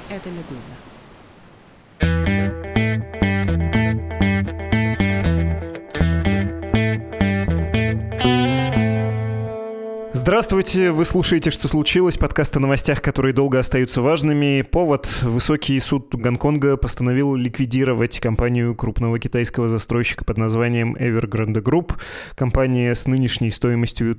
Это «Медуза». Здравствуйте, вы слушаете «Что случилось?», подкаст о новостях, которые долго остаются важными. Повод: высокий суд Гонконга постановил ликвидировать компанию крупного китайского застройщика под названием Evergrande Group. Компания с нынешней стоимостью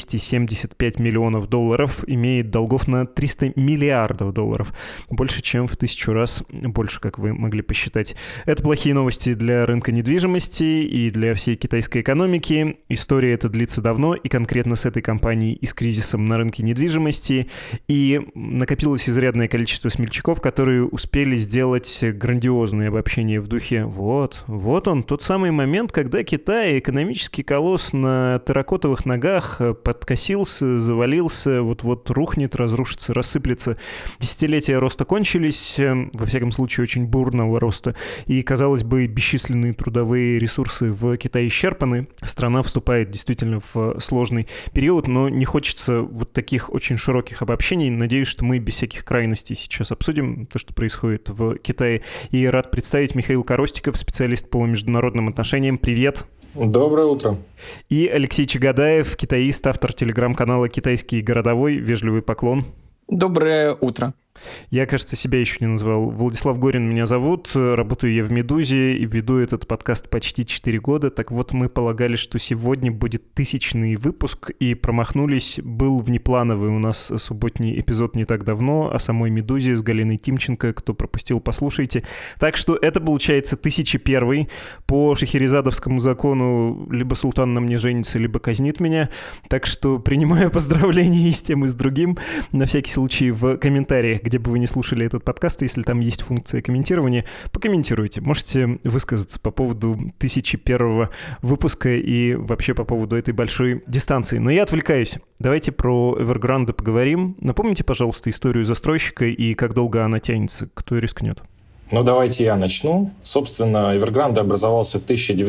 $275 миллионов имеет долгов на $300 миллиардов. Больше, чем в 1000 раз больше, как вы могли посчитать. Это плохие новости для рынка недвижимости и для всей китайской экономики. История эта длится давно, и конкретно с этой компанией и с кризисом на рынке недвижимости, и накопилось изрядное количество смельчаков, которые успели сделать грандиозные обобщения в духе «Вот он, тот самый момент, когда Китай, экономический колосс на терракотовых ногах, подкосился, завалился, вот-вот рухнет, разрушится, рассыплется. Десятилетия роста кончились, во всяком случае очень бурного роста, и, казалось бы, бесчисленные трудовые ресурсы в Китае исчерпаны. Страна вступает действительно в сложный период, но не хочется вот таких очень широких обобщений. Надеюсь, что мы без всяких крайностей сейчас обсудим то, что происходит в Китае. И рад представить Михаил Коростиков, специалист по международным отношениям. Привет! Доброе утро! И Алексей Чагадаев, китаист, автор телеграм-канала «Китайский городовой». Вежливый поклон. Доброе утро! Я, кажется, себя еще не назвал. Владислав Горин меня зовут, работаю я в «Медузе» и веду этот подкаст почти 4 года. Так вот, мы полагали, что сегодня будет 1000-й выпуск, и промахнулись. Был внеплановый у нас субботний эпизод не так давно о самой «Медузе» с Галиной Тимченко. Кто пропустил, послушайте. Так что это получается 1001-й. По шахерезадовскому закону либо султан на мне женится, либо казнит меня. Так что принимаю поздравления и с тем, и с другим. На всякий случай в комментариях, где бы вы не слушали этот подкаст, если там есть функция комментирования, покомментируйте. Можете высказаться по поводу 1001 выпуска и вообще по поводу этой большой дистанции. Но я отвлекаюсь. Давайте про Evergrande поговорим. Напомните, пожалуйста, историю застройщика и как долго она тянется. Кто рискнет? Ну, давайте я начну. Собственно, Evergrande образовался в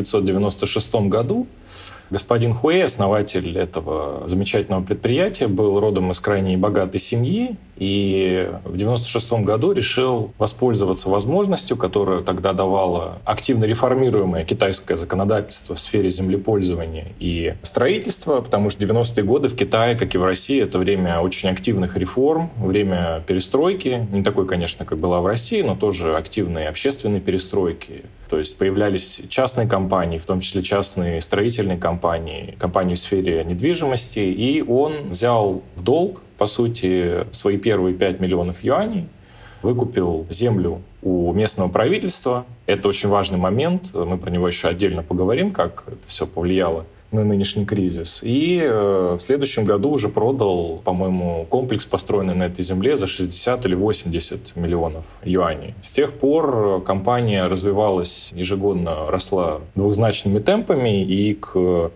1996 году. Господин Хуэй, основатель этого замечательного предприятия, был родом из крайне богатой семьи и в 1996 году решил воспользоваться возможностью, которую тогда давало активно реформируемое китайское законодательство в сфере землепользования и строительства, потому что 90-е годы в Китае, как и в России, это время очень активных реформ, время перестройки. Не такой, конечно, как была в России, но тоже активные общественные перестройки. То есть появлялись частные компании, в том числе частные строительные компании в сфере недвижимости, и он взял в долг, по сути, свои первые 5 миллионов юаней, выкупил землю у местного правительства. Это очень важный момент, мы про него еще отдельно поговорим, как это все повлияло на нынешний кризис. И в следующем году уже продал, по-моему, комплекс, построенный на этой земле, за 60 или 80 миллионов юаней. С тех пор компания развивалась, ежегодно росла двухзначными темпами, и к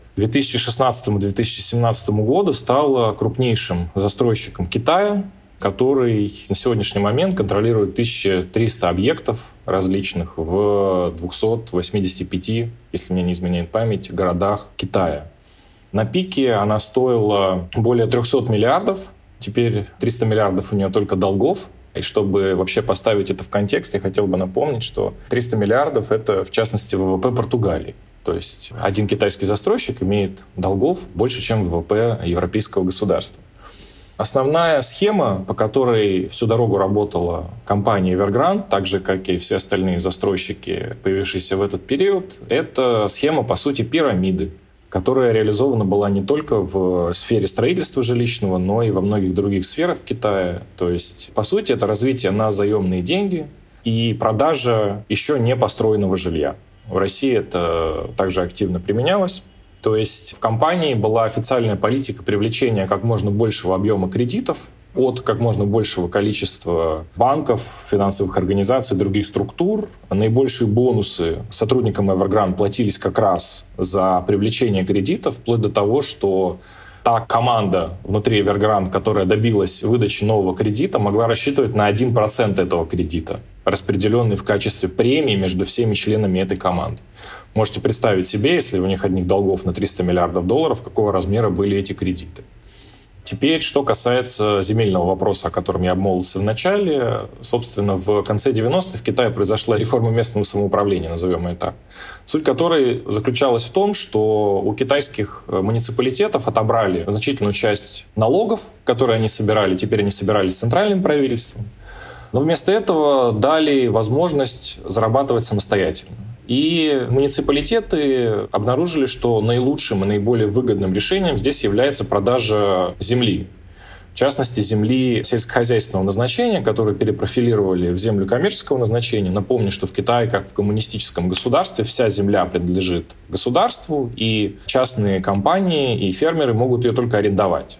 2016-2017 году стала крупнейшим застройщиком Китая, который на сегодняшний момент контролирует 1300 объектов различных в 285, если мне не изменяет память, городах Китая. На пике она стоила более 300 миллиардов, теперь 300 миллиардов у нее только долгов. И чтобы вообще поставить это в контекст, я хотел бы напомнить, что 300 миллиардов — это, в частности, ВВП Португалии. То есть один китайский застройщик имеет долгов больше, чем ВВП европейского государства. Основная схема, по которой всю дорогу работала компания Evergrande, так же, как и все остальные застройщики, появившиеся в этот период, это схема, по сути, пирамиды, которая реализована была не только в сфере строительства жилищного, но и во многих других сферах в Китае. То есть, по сути, это развитие на заемные деньги и продажа еще не построенного жилья. В России это также активно применялось. То есть в компании была официальная политика привлечения как можно большего объема кредитов от как можно большего количества банков, финансовых организаций, других структур. Наибольшие бонусы сотрудникам Evergrande платились как раз за привлечение кредитов, вплоть до того, что та команда внутри Evergrande, которая добилась выдачи нового кредита, могла рассчитывать на 1% этого кредита, распределенный в качестве премии между всеми членами этой команды. Можете представить себе, если у них одних долгов на $300 миллиардов, какого размера были эти кредиты. Теперь, что касается земельного вопроса, о котором я обмолвился в начале. Собственно, в конце 90-х в Китае произошла реформа местного самоуправления, назовем ее так, суть которой заключалась в том, что у китайских муниципалитетов отобрали значительную часть налогов, которые они собирали, теперь они собирались центральным правительством, но вместо этого дали возможность зарабатывать самостоятельно. И муниципалитеты обнаружили, что наилучшим и наиболее выгодным решением здесь является продажа земли. В частности, земли сельскохозяйственного назначения, которую перепрофилировали в землю коммерческого назначения. Напомню, что в Китае, как в коммунистическом государстве, вся земля принадлежит государству, и частные компании и фермеры могут ее только арендовать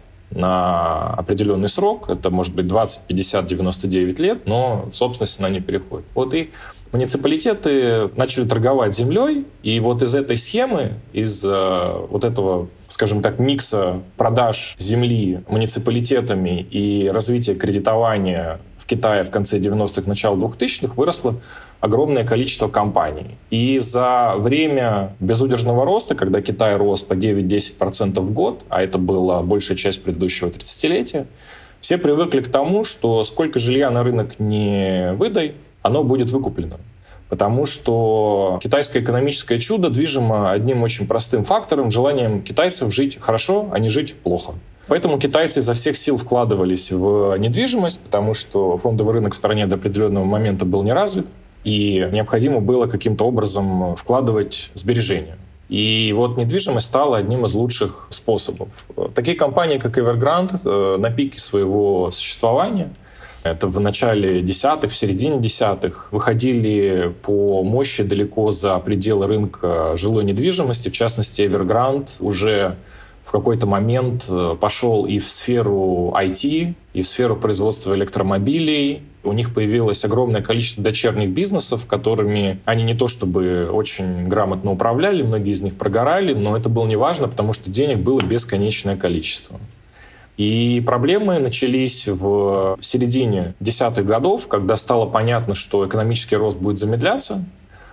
на определенный срок. Это может быть 20, 50, 99 лет, но в собственность она не переходит. И муниципалитеты начали торговать землей, и вот из этой схемы, из вот этого, скажем так, микса продаж земли муниципалитетами и развития кредитования в Китае в конце 90-х, начало 2000-х выросло огромное количество компаний. И за время безудержного роста, когда Китай рос по 9-10% в год, а это была большая часть предыдущего 30-летия, все привыкли к тому, что сколько жилья на рынок не выдай, оно будет выкуплено. Потому что китайское экономическое чудо движимо одним очень простым фактором, желанием китайцев жить хорошо, а не жить плохо. Поэтому китайцы изо всех сил вкладывались в недвижимость, потому что фондовый рынок в стране до определенного момента был не развит, и необходимо было каким-то образом вкладывать сбережения. И вот недвижимость стала одним из лучших способов. Такие компании, как Evergrande, на пике своего существования, это в начале десятых, в середине десятых, выходили по мощи далеко за пределы рынка жилой недвижимости. В частности, Evergrande уже в какой-то момент пошел и в сферу IT, и в сферу производства электромобилей. У них появилось огромное количество дочерних бизнесов, которыми они не то чтобы очень грамотно управляли, многие из них прогорали, но это было неважно, потому что денег было бесконечное количество. И проблемы начались в середине десятых годов, когда стало понятно, что экономический рост будет замедляться.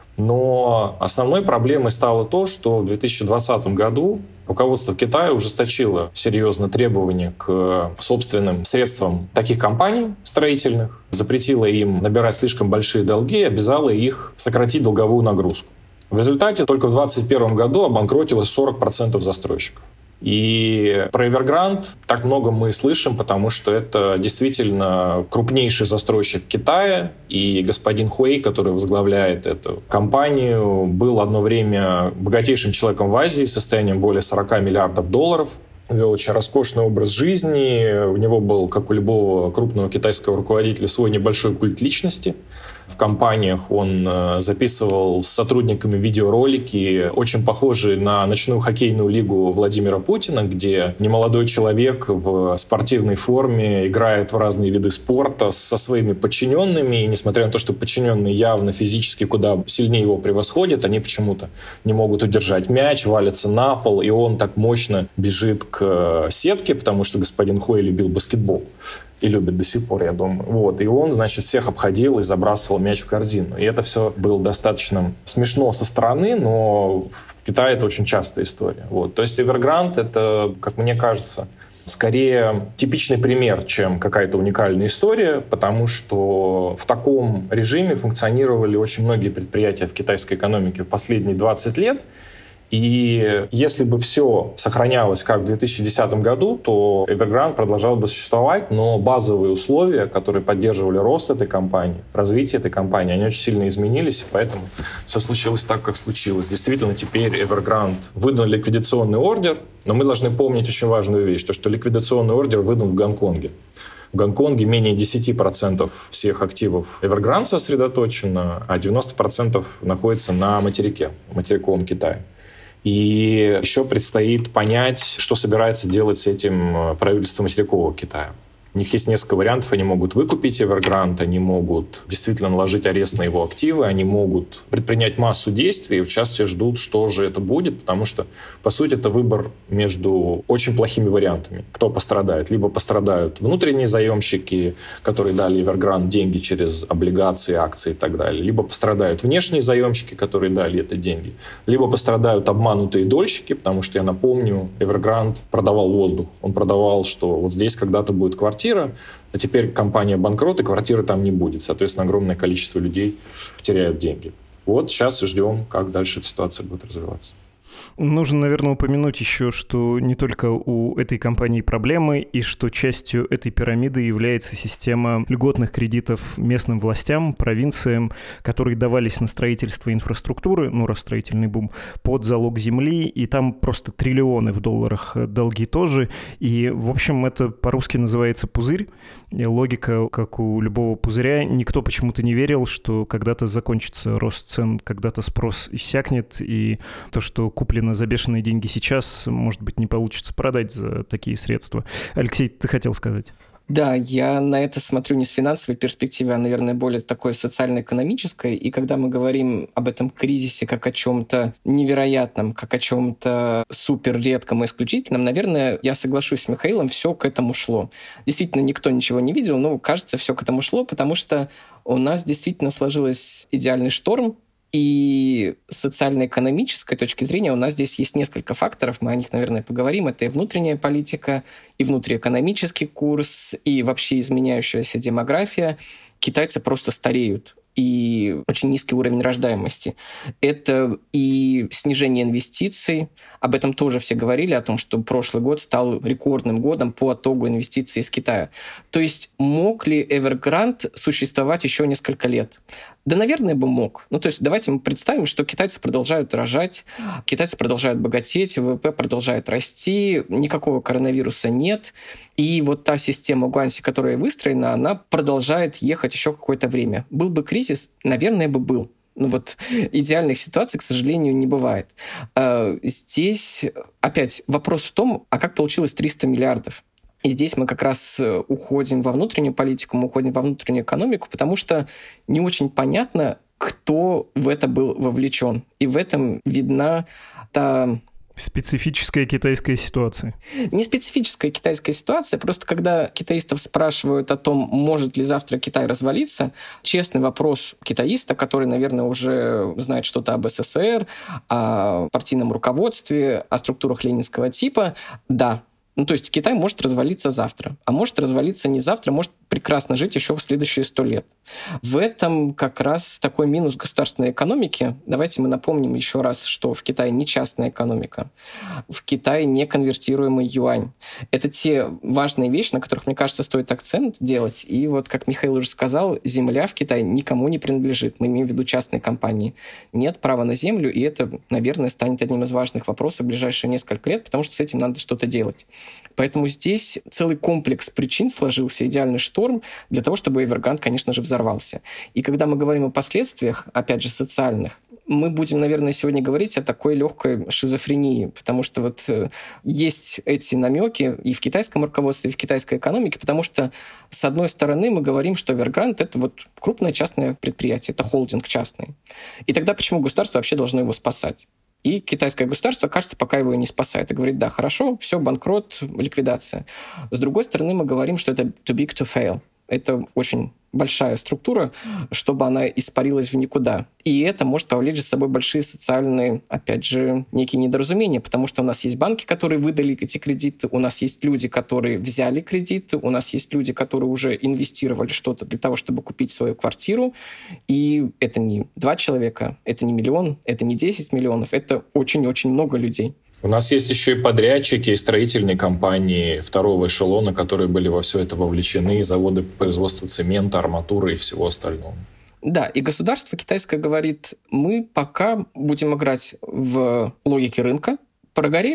Но основной проблемой стало то, что в 2020 году руководство Китая ужесточило серьезно требования к собственным средствам таких компаний строительных, запретило им набирать слишком большие долги и обязало их сократить долговую нагрузку. В результате только в 2021 году обанкротилось 40% застройщиков. И про Evergrande так много мы слышим, потому что это действительно крупнейший застройщик Китая, и господин Хуэй, который возглавляет эту компанию, был одно время богатейшим человеком в Азии с состоянием более 40 миллиардов долларов, вел очень роскошный образ жизни, у него был, как у любого крупного китайского руководителя, свой небольшой культ личности. В компаниях он записывал с сотрудниками видеоролики, очень похожие на ночную хоккейную лигу Владимира Путина, где немолодой человек в спортивной форме играет в разные виды спорта со своими подчиненными. И несмотря на то, что подчиненные явно физически куда сильнее его превосходят, они почему-то не могут удержать мяч, валятся на пол, и он так мощно бежит к сетке, потому что господин Хуэй любил баскетбол. И любит до сих пор, я думаю. И он, значит, всех обходил и забрасывал мяч в корзину. И это все было достаточно смешно со стороны, но в Китае это очень частая история. То есть Evergrande — это, как мне кажется, скорее типичный пример, чем какая-то уникальная история, потому что в таком режиме функционировали очень многие предприятия в китайской экономике в последние 20 лет. И если бы все сохранялось как в 2010 году, то Evergrande продолжал бы существовать, но базовые условия, которые поддерживали рост этой компании, развитие этой компании, они очень сильно изменились, и поэтому все случилось так, как случилось. Действительно, теперь Evergrande выдан ликвидационный ордер, но мы должны помнить очень важную вещь, то, что ликвидационный ордер выдан в Гонконге. В Гонконге менее 10% всех активов Evergrande сосредоточено, а 90% находится на материковом Китае. И еще предстоит понять, что собирается делать с этим правительство материкового Китая. У них есть несколько вариантов. Они могут выкупить Evergrande, они могут действительно наложить арест на его активы, они могут предпринять массу действий, и сейчас все ждут, что же это будет, потому что, по сути, это выбор между очень плохими вариантами. Кто пострадает? Либо пострадают внутренние заемщики, которые дали Evergrande деньги через облигации, акции и так далее, либо пострадают внешние заемщики, которые дали это деньги, либо пострадают обманутые дольщики, потому что, я напомню, Evergrande продавал воздух. Он продавал, что вот здесь когда-то будет квартира, а теперь компания банкрот, и квартиры там не будет. Соответственно, огромное количество людей потеряют деньги. Вот сейчас ждем, как дальше эта ситуация будет развиваться. Нужно, наверное, упомянуть еще, что не только у этой компании проблемы, и что частью этой пирамиды является система льготных кредитов местным властям, провинциям, которые давались на строительство инфраструктуры, раз строительный бум, под залог земли, и там просто триллионы в долларах долги тоже. И, в общем, это по-русски называется пузырь. И логика, как у любого пузыря, никто почему-то не верил, что когда-то закончится рост цен, когда-то спрос иссякнет, и то, что куплено за бешеные деньги сейчас, может быть, не получится продать за такие средства. Алексей, ты хотел сказать? Да, я на это смотрю не с финансовой перспективы, а, наверное, более такой социально-экономической. И когда мы говорим об этом кризисе как о чем-то невероятном, как о чем-то супер редком и исключительном, наверное, я соглашусь с Михаилом, все к этому шло. Действительно, никто ничего не видел, но, кажется, все к этому шло, потому что у нас действительно сложился идеальный шторм. И с социально-экономической точки зрения у нас здесь есть несколько факторов, мы о них, наверное, поговорим. Это и внутренняя политика, и внутриэкономический курс, и вообще изменяющаяся демография. Китайцы просто стареют. И очень низкий уровень рождаемости. Это и снижение инвестиций. Об этом тоже все говорили, о том, что прошлый год стал рекордным годом по оттоку инвестиций из Китая. То есть мог ли Evergrande существовать еще несколько лет? Да, наверное, бы мог. То есть давайте мы представим, что китайцы продолжают рожать, китайцы продолжают богатеть, ВВП продолжает расти, никакого коронавируса нет. И вот та система Гуанси, которая выстроена, она продолжает ехать еще какое-то время. Был бы кризис? Наверное, бы был. Идеальных ситуаций, к сожалению, не бывает. Здесь опять вопрос в том, а как получилось 300 миллиардов? И здесь мы как раз уходим во внутреннюю политику, мы уходим во внутреннюю экономику, потому что не очень понятно, кто в это был вовлечен. И в этом видна та... Специфическая китайская ситуация. Не специфическая китайская ситуация, просто когда китаистов спрашивают о том, может ли завтра Китай развалиться, честный вопрос китаиста, который, наверное, уже знает что-то об СССР, о партийном руководстве, о структурах ленинского типа, да. То есть Китай может развалиться завтра, а может развалиться не завтра, может прекрасно жить еще в следующие 100 лет. В этом как раз такой минус государственной экономики. Давайте мы напомним еще раз, что в Китае не частная экономика, в Китае не конвертируемый юань. Это те важные вещи, на которых, мне кажется, стоит акцент делать. И вот, как Михаил уже сказал, земля в Китае никому не принадлежит. Мы имеем в виду частные компании. Нет права на землю, и это, наверное, станет одним из важных вопросов в ближайшие несколько лет, потому что с этим надо что-то делать. Поэтому здесь целый комплекс причин сложился, идеальный шторм для того, чтобы Evergrande, конечно же, взорвался. И когда мы говорим о последствиях, опять же, социальных, мы будем, наверное, сегодня говорить о такой легкой шизофрении, потому что вот есть эти намеки и в китайском руководстве, и в китайской экономике, потому что, с одной стороны, мы говорим, что Evergrande — это вот крупное частное предприятие, это холдинг частный. И тогда почему государство вообще должно его спасать? И китайское государство, кажется, пока его и не спасает. И говорит, да, хорошо, все, банкрот, ликвидация. С другой стороны, мы говорим, что это too big to fail. Это очень большая структура, чтобы она испарилась в никуда. И это может повлечь за собой большие социальные, опять же, некие недоразумения, потому что у нас есть банки, которые выдали эти кредиты, у нас есть люди, которые взяли кредиты, у нас есть люди, которые уже инвестировали что-то для того, чтобы купить свою квартиру. И это не 2 человека, это не миллион, это не 10 миллионов, это очень-очень много людей. У нас есть еще и подрядчики, и строительные компании второго эшелона, которые были во все это вовлечены, заводы по производству цемента, арматуры и всего остального. Да, и государство китайское говорит, мы пока будем играть в логике рынка, прогорели,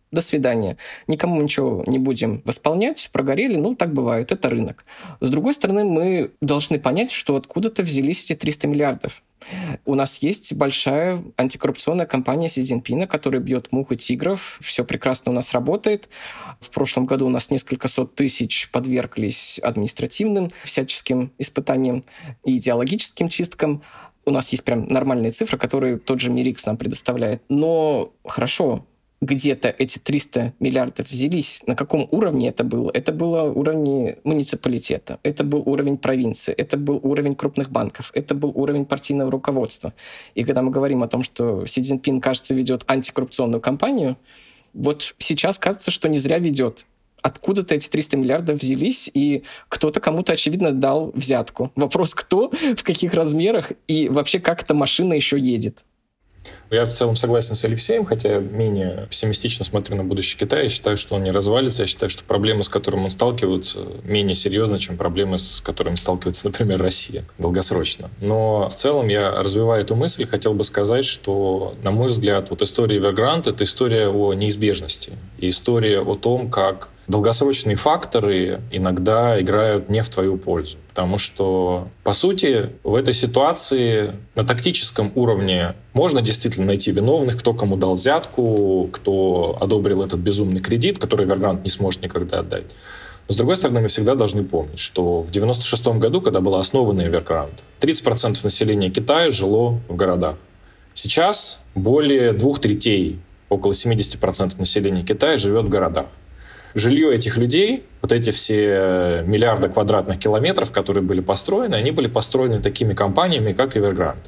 до свидания. Никому ничего не будем восполнять, прогорели, так бывает, это рынок. С другой стороны, мы должны понять, что откуда-то взялись эти 300 миллиардов. У нас есть большая антикоррупционная кампания Си Цзиньпина, которая бьет мух и тигров. Все прекрасно у нас работает. В прошлом году у нас несколько сот тысяч подверглись административным всяческим испытаниям и идеологическим чисткам. У нас есть прям нормальные цифры, которые тот же Мирикс нам предоставляет. Но хорошо, где-то эти 300 миллиардов взялись. На каком уровне это было? Это было уровень муниципалитета, это был уровень провинции, это был уровень крупных банков, это был уровень партийного руководства. И когда мы говорим о том, что Си Цзиньпин, кажется, ведет антикоррупционную кампанию, вот сейчас кажется, что не зря ведет. Откуда-то эти 300 миллиардов взялись, и кто-то кому-то, очевидно, дал взятку. Вопрос, кто, в каких размерах, и вообще, как эта машина еще едет. Я в целом согласен с Алексеем, хотя менее пессимистично смотрю на будущее Китая. Я считаю, что он не развалится. Я считаю, что проблемы, с которыми он сталкивается, менее серьезны, чем проблемы, с которыми сталкивается, например, Россия долгосрочно. Но в целом я, развивая эту мысль, хотел бы сказать, что, на мой взгляд, вот история Evergrande — это история о неизбежности. И история о том, как долгосрочные факторы иногда играют не в твою пользу. Потому что, по сути, в этой ситуации на тактическом уровне можно действительно найти виновных, кто кому дал взятку, кто одобрил этот безумный кредит, который Evergrande не сможет никогда отдать. Но, с другой стороны, мы всегда должны помнить, что в 1996 году, когда была основана Evergrande, 30% населения Китая жило в городах. Сейчас более 2/3, около 70% населения Китая живет в городах. Жилье этих людей, вот эти все миллиарды квадратных километров, которые были построены, они были построены такими компаниями, как Evergrande.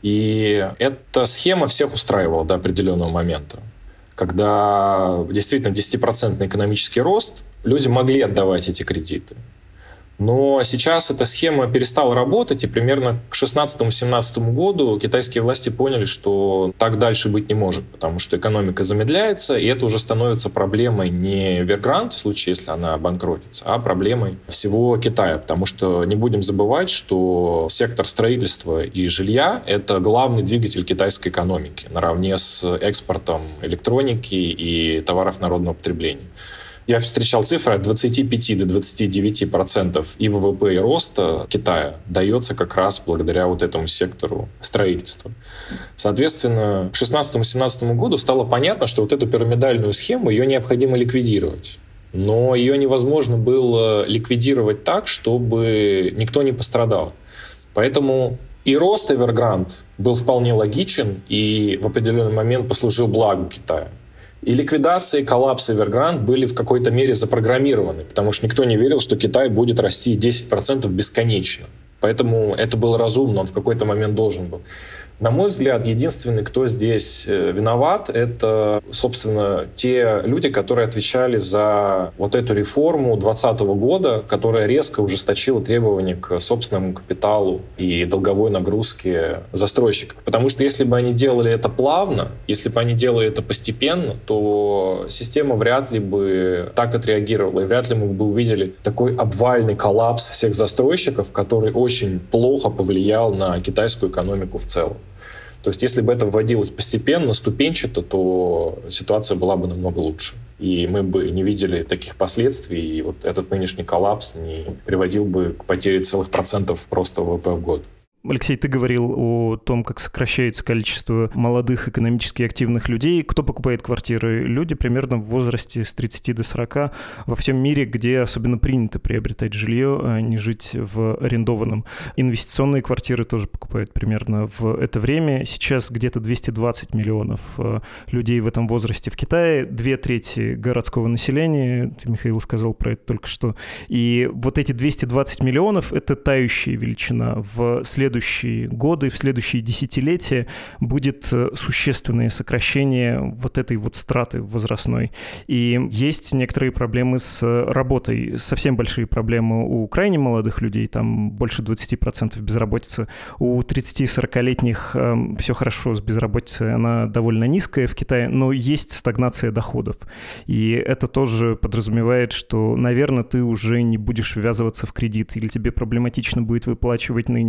И эта схема всех устраивала до определенного момента. Когда действительно 10% экономический рост, люди могли отдавать эти кредиты. Но сейчас эта схема перестала работать, и примерно к 2016-2017 году китайские власти поняли, что так дальше быть не может, потому что экономика замедляется, и это уже становится проблемой не Evergrande, в случае, если она обанкротится, а проблемой всего Китая, потому что не будем забывать, что сектор строительства и жилья — это главный двигатель китайской экономики, наравне с экспортом электроники и товаров народного потребления. Я встречал цифры от 25 до 29% и ВВП, и роста Китая дается как раз благодаря вот этому сектору строительства. Соответственно, к 2016-2017 году стало понятно, что вот эту пирамидальную схему, ее необходимо ликвидировать. Но ее невозможно было ликвидировать так, чтобы никто не пострадал. Поэтому и рост Evergrande был вполне логичен и в определенный момент послужил благу Китая. И ликвидация и коллапс Evergrande были в какой-то мере запрограммированы, потому что никто не верил, что Китай будет расти 10% бесконечно. Поэтому это было разумно, он в какой-то момент должен был. На мой взгляд, единственный, кто здесь виноват, это, собственно, те люди, которые отвечали за вот эту реформу 2020 года, которая резко ужесточила требования к собственному капиталу и долговой нагрузке застройщиков. Потому что если бы они делали это плавно, если бы они делали это постепенно, то система вряд ли бы так отреагировала, и вряд ли мы бы увидели такой обвальный коллапс всех застройщиков, который очень плохо повлиял на китайскую экономику в целом. То есть, если бы это вводилось постепенно, ступенчато, то ситуация была бы намного лучше. И мы бы не видели таких последствий, и вот этот нынешний коллапс не приводил бы к потере целых процентов роста ВВП в год. Алексей, ты говорил о том, как сокращается количество молодых экономически активных людей. Кто покупает квартиры? Люди примерно в возрасте с 30 до 40 во всем мире, где особенно принято приобретать жилье, а не жить в арендованном. Инвестиционные квартиры тоже покупают примерно в это время. Сейчас где-то 220 миллионов людей в этом возрасте в Китае, 2/3 городского населения, Михаил сказал про это только что. И вот эти 220 миллионов — это тающая величина. В следующие годы, в следующие десятилетия будет существенное сокращение вот этой вот страты возрастной. И есть некоторые проблемы с работой. Совсем большие проблемы у крайне молодых людей, там больше 20% безработицы. У 30-40-летних все хорошо с безработицей, она довольно низкая в Китае, но есть стагнация доходов. И это тоже подразумевает, что, наверное, ты уже не будешь ввязываться в кредит, или тебе проблематично будет выплачивать нынешний.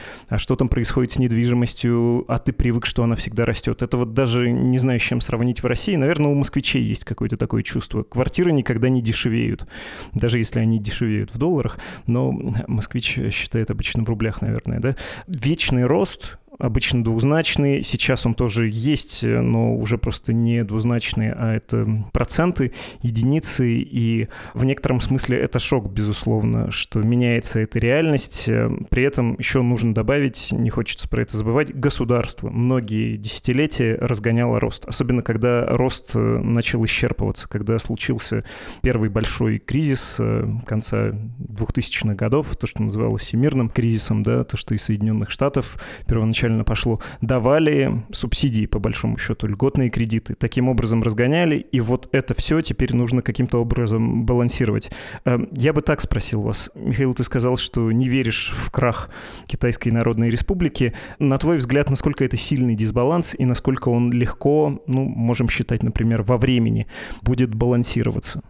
а что там происходит с недвижимостью, а ты привык, что она всегда растет. Это вот даже не знаю, с чем сравнить в России. Наверное, у москвичей есть какое-то такое чувство. Квартиры никогда не дешевеют, даже если они дешевеют в долларах, но москвич считает обычно в рублях, наверное, да? Вечный рост, обычно двузначный, сейчас он тоже есть, но уже просто не двузначный, а это проценты, единицы, и в некотором смысле это шок, безусловно, что меняется эта реальность. При этом еще нужно добавить, не хочется про это забывать, государство многие десятилетия разгоняло рост, особенно когда рост начал исчерпываться, когда случился первый большой кризис конца 2000-х годов, то, что называлось всемирным кризисом, да, то, что из Соединенных Штатов первоначально пошло, давали субсидии, по большому счету, льготные кредиты. Таким образом разгоняли, и вот это все теперь нужно каким-то образом балансировать. Я бы так спросил вас. Михаил, ты сказал, что не веришь в крах Китайской Народной Республики. На твой взгляд, насколько это сильный дисбаланс и насколько он легко, можем считать, например, во времени, будет балансироваться?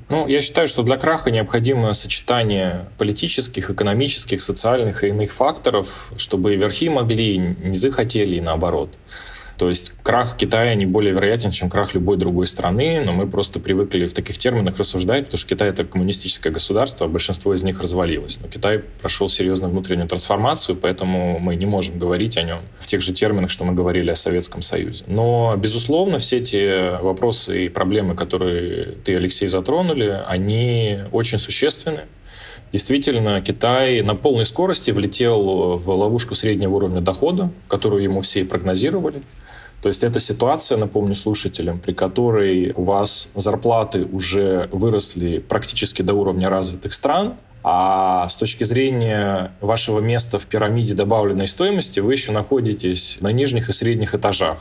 Я считаю, что для краха необходимо сочетание политических, экономических, социальных и иных факторов, чтобы верхи могли, низы хотели и наоборот. То есть крах Китая не более вероятен, чем крах любой другой страны, но мы просто привыкли в таких терминах рассуждать, потому что Китай — это коммунистическое государство, а большинство из них развалилось. Но Китай прошел серьезную внутреннюю трансформацию, поэтому мы не можем говорить о нем в тех же терминах, что мы говорили о Советском Союзе. Но, безусловно, все те вопросы и проблемы, которые ты, Алексей, затронули, они очень существенны. Действительно, Китай на полной скорости влетел в ловушку среднего уровня дохода, которую ему все и прогнозировали. То есть это ситуация, напомню слушателям, при которой у вас зарплаты уже выросли практически до уровня развитых стран, а с точки зрения вашего места в пирамиде добавленной стоимости вы еще находитесь на нижних и средних этажах.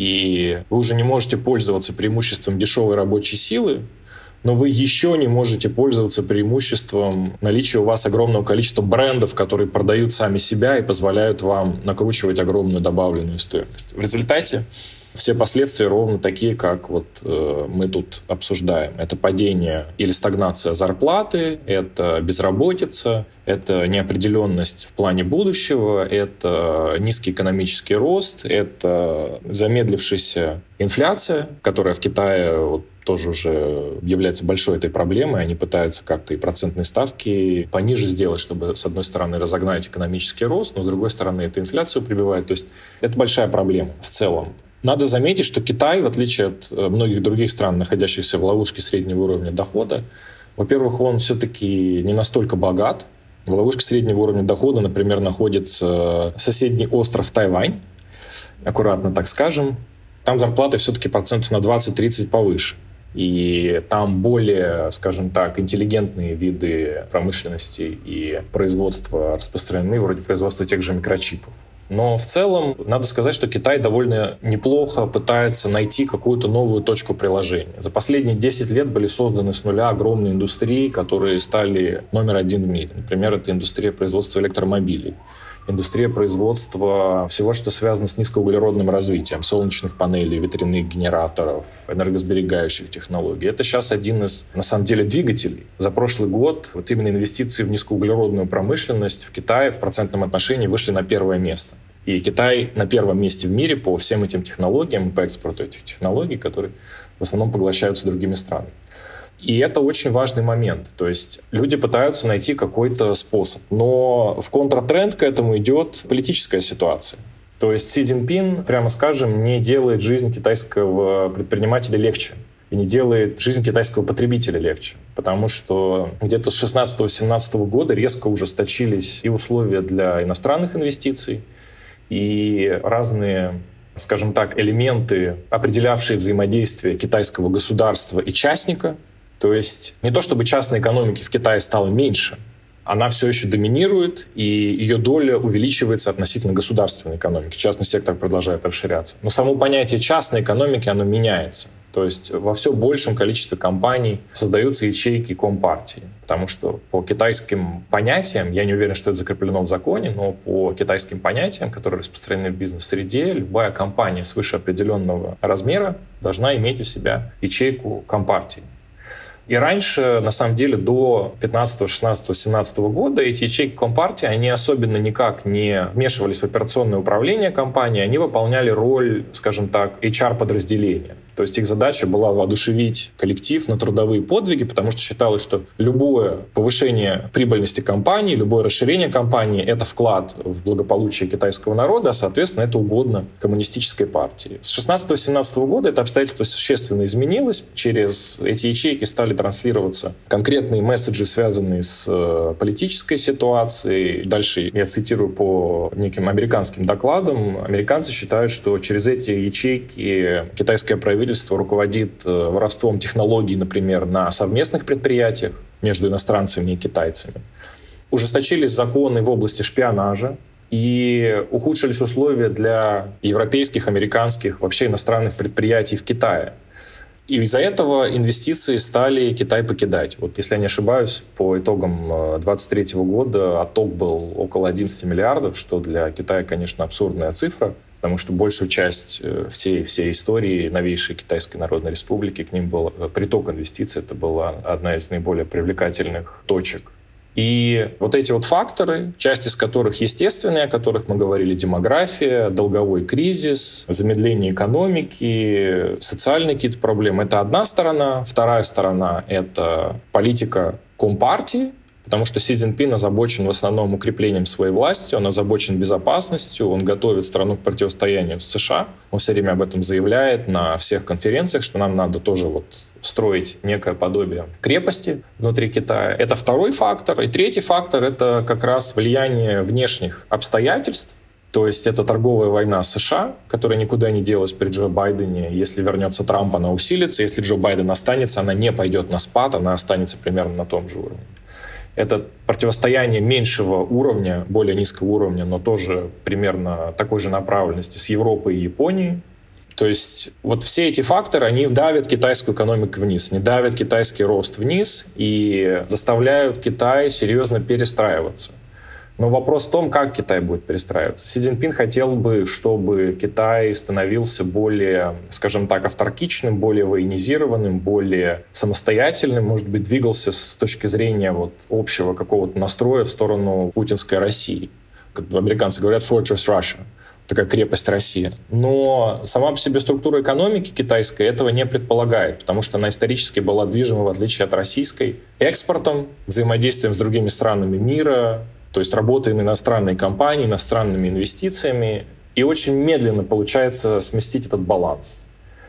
И вы уже не можете пользоваться преимуществом дешевой рабочей силы, но вы еще не можете пользоваться преимуществом наличия у вас огромного количества брендов, которые продают сами себя и позволяют вам накручивать огромную добавленную стоимость. В результате все последствия ровно такие, как мы тут обсуждаем. Это падение или стагнация зарплаты, это безработица, это неопределенность в плане будущего, это низкий экономический рост, это замедлившаяся инфляция, которая в Китае тоже уже является большой этой проблемой. Они пытаются как-то и процентные ставки пониже сделать, чтобы, с одной стороны, разогнать экономический рост, но, с другой стороны, это инфляцию прибивает. То есть это большая проблема в целом. Надо заметить, что Китай, в отличие от многих других стран, находящихся в ловушке среднего уровня дохода, во-первых, он все-таки не настолько богат. В ловушке среднего уровня дохода, например, находится соседний остров Тайвань, аккуратно так скажем. Там зарплаты все-таки процентов на 20-30 повыше. И там более, скажем так, интеллигентные виды промышленности и производства распространены, вроде производства тех же микрочипов. Но в целом надо сказать, что Китай довольно неплохо пытается найти какую-то новую точку приложения. За последние 10 лет были созданы с нуля огромные индустрии, которые стали номер один в мире. Например, это индустрия производства электромобилей, индустрия производства всего, что связано с низкоуглеродным развитием, солнечных панелей, ветряных генераторов, энергосберегающих технологий. Это сейчас один из, на самом деле, двигателей. За прошлый год именно инвестиции в низкоуглеродную промышленность в Китае в процентном отношении вышли на первое место. И Китай на первом месте в мире по всем этим технологиям и по экспорту этих технологий, которые в основном поглощаются другими странами. И это очень важный момент. То есть люди пытаются найти какой-то способ. Но в контртренд к этому идет политическая ситуация. То есть Си Цзиньпин, прямо скажем, не делает жизнь китайского предпринимателя легче. И не делает жизнь китайского потребителя легче. Потому что где-то с 16-17 года резко ужесточились и условия для иностранных инвестиций, и разные, скажем так, элементы, определявшие взаимодействие китайского государства и частника. То есть не то чтобы частной экономики в Китае стало меньше, она все еще доминирует, и ее доля увеличивается относительно государственной экономики. Частный сектор продолжает расширяться. Но само понятие частной экономики, оно меняется. То есть во все большем количестве компаний создаются ячейки компартии. Потому что по китайским понятиям, я не уверен, что это закреплено в законе, но по китайским понятиям, которые распространены в бизнес-среде, любая компания свыше определенного размера должна иметь у себя ячейку компартии. И раньше, на самом деле, до 15, 16, 17 года эти ячейки Компартии, они особенно никак не вмешивались в операционное управление компании, они выполняли роль, скажем так, HR-подразделения. То есть их задача была воодушевить коллектив на трудовые подвиги, потому что считалось, что любое повышение прибыльности компании, любое расширение компании — это вклад в благополучие китайского народа, а, соответственно, это угодно коммунистической партии. С 16-17 года это обстоятельство существенно изменилось. Через эти ячейки стали транслироваться конкретные месседжи, связанные с политической ситуацией. Дальше я цитирую по неким американским докладам. Американцы считают, что через эти ячейки китайское правительство руководит воровством технологий, например, на совместных предприятиях между иностранцами и китайцами. Ужесточились законы в области шпионажа и ухудшились условия для европейских, американских, вообще иностранных предприятий в Китае. И из-за этого инвестиции стали Китай покидать. Вот, если я не ошибаюсь, по итогам 2023 года отток был около 11 миллиардов, что для Китая, конечно, абсурдная цифра, потому что большую часть всей истории новейшей Китайской Народной Республики к ним был приток инвестиций. Это была одна из наиболее привлекательных точек. И вот эти вот факторы, часть из которых естественные, о которых мы говорили: демография, долговой кризис, замедление экономики, социальные какие-то проблемы — это одна сторона. Вторая сторона — это политика Компартии, потому что Си Цзиньпин озабочен в основном укреплением своей власти, он озабочен безопасностью, он готовит страну к противостоянию с США. Он все время об этом заявляет на всех конференциях, что нам надо тоже вот строить некое подобие крепости внутри Китая. Это второй фактор. И третий фактор — это как раз влияние внешних обстоятельств. То есть это торговая война с США, которая никуда не делась при Джо Байдене. Если вернется Трамп, она усилится. Если Джо Байден останется, она не пойдет на спад, она останется примерно на том же уровне. Это противостояние меньшего уровня, более низкого уровня, но тоже примерно такой же направленности с Европой и Японией. То есть вот все эти факторы, они давят китайскую экономику вниз, не давят китайский рост вниз и заставляют Китай серьезно перестраиваться. Но вопрос в том, как Китай будет перестраиваться. Си Цзиньпин хотел бы, чтобы Китай становился более, скажем так, авторкичным, более военизированным, более самостоятельным, может быть, двигался с точки зрения вот общего какого-то настроя в сторону путинской России. Как американцы говорят, Fortress Russia, такая крепость России. Но сама по себе структура экономики китайской этого не предполагает, потому что она исторически была движима, в отличие от российской, экспортом, взаимодействием с другими странами мира, то есть работаем иностранные компании, иностранными инвестициями, и очень медленно получается сместить этот баланс.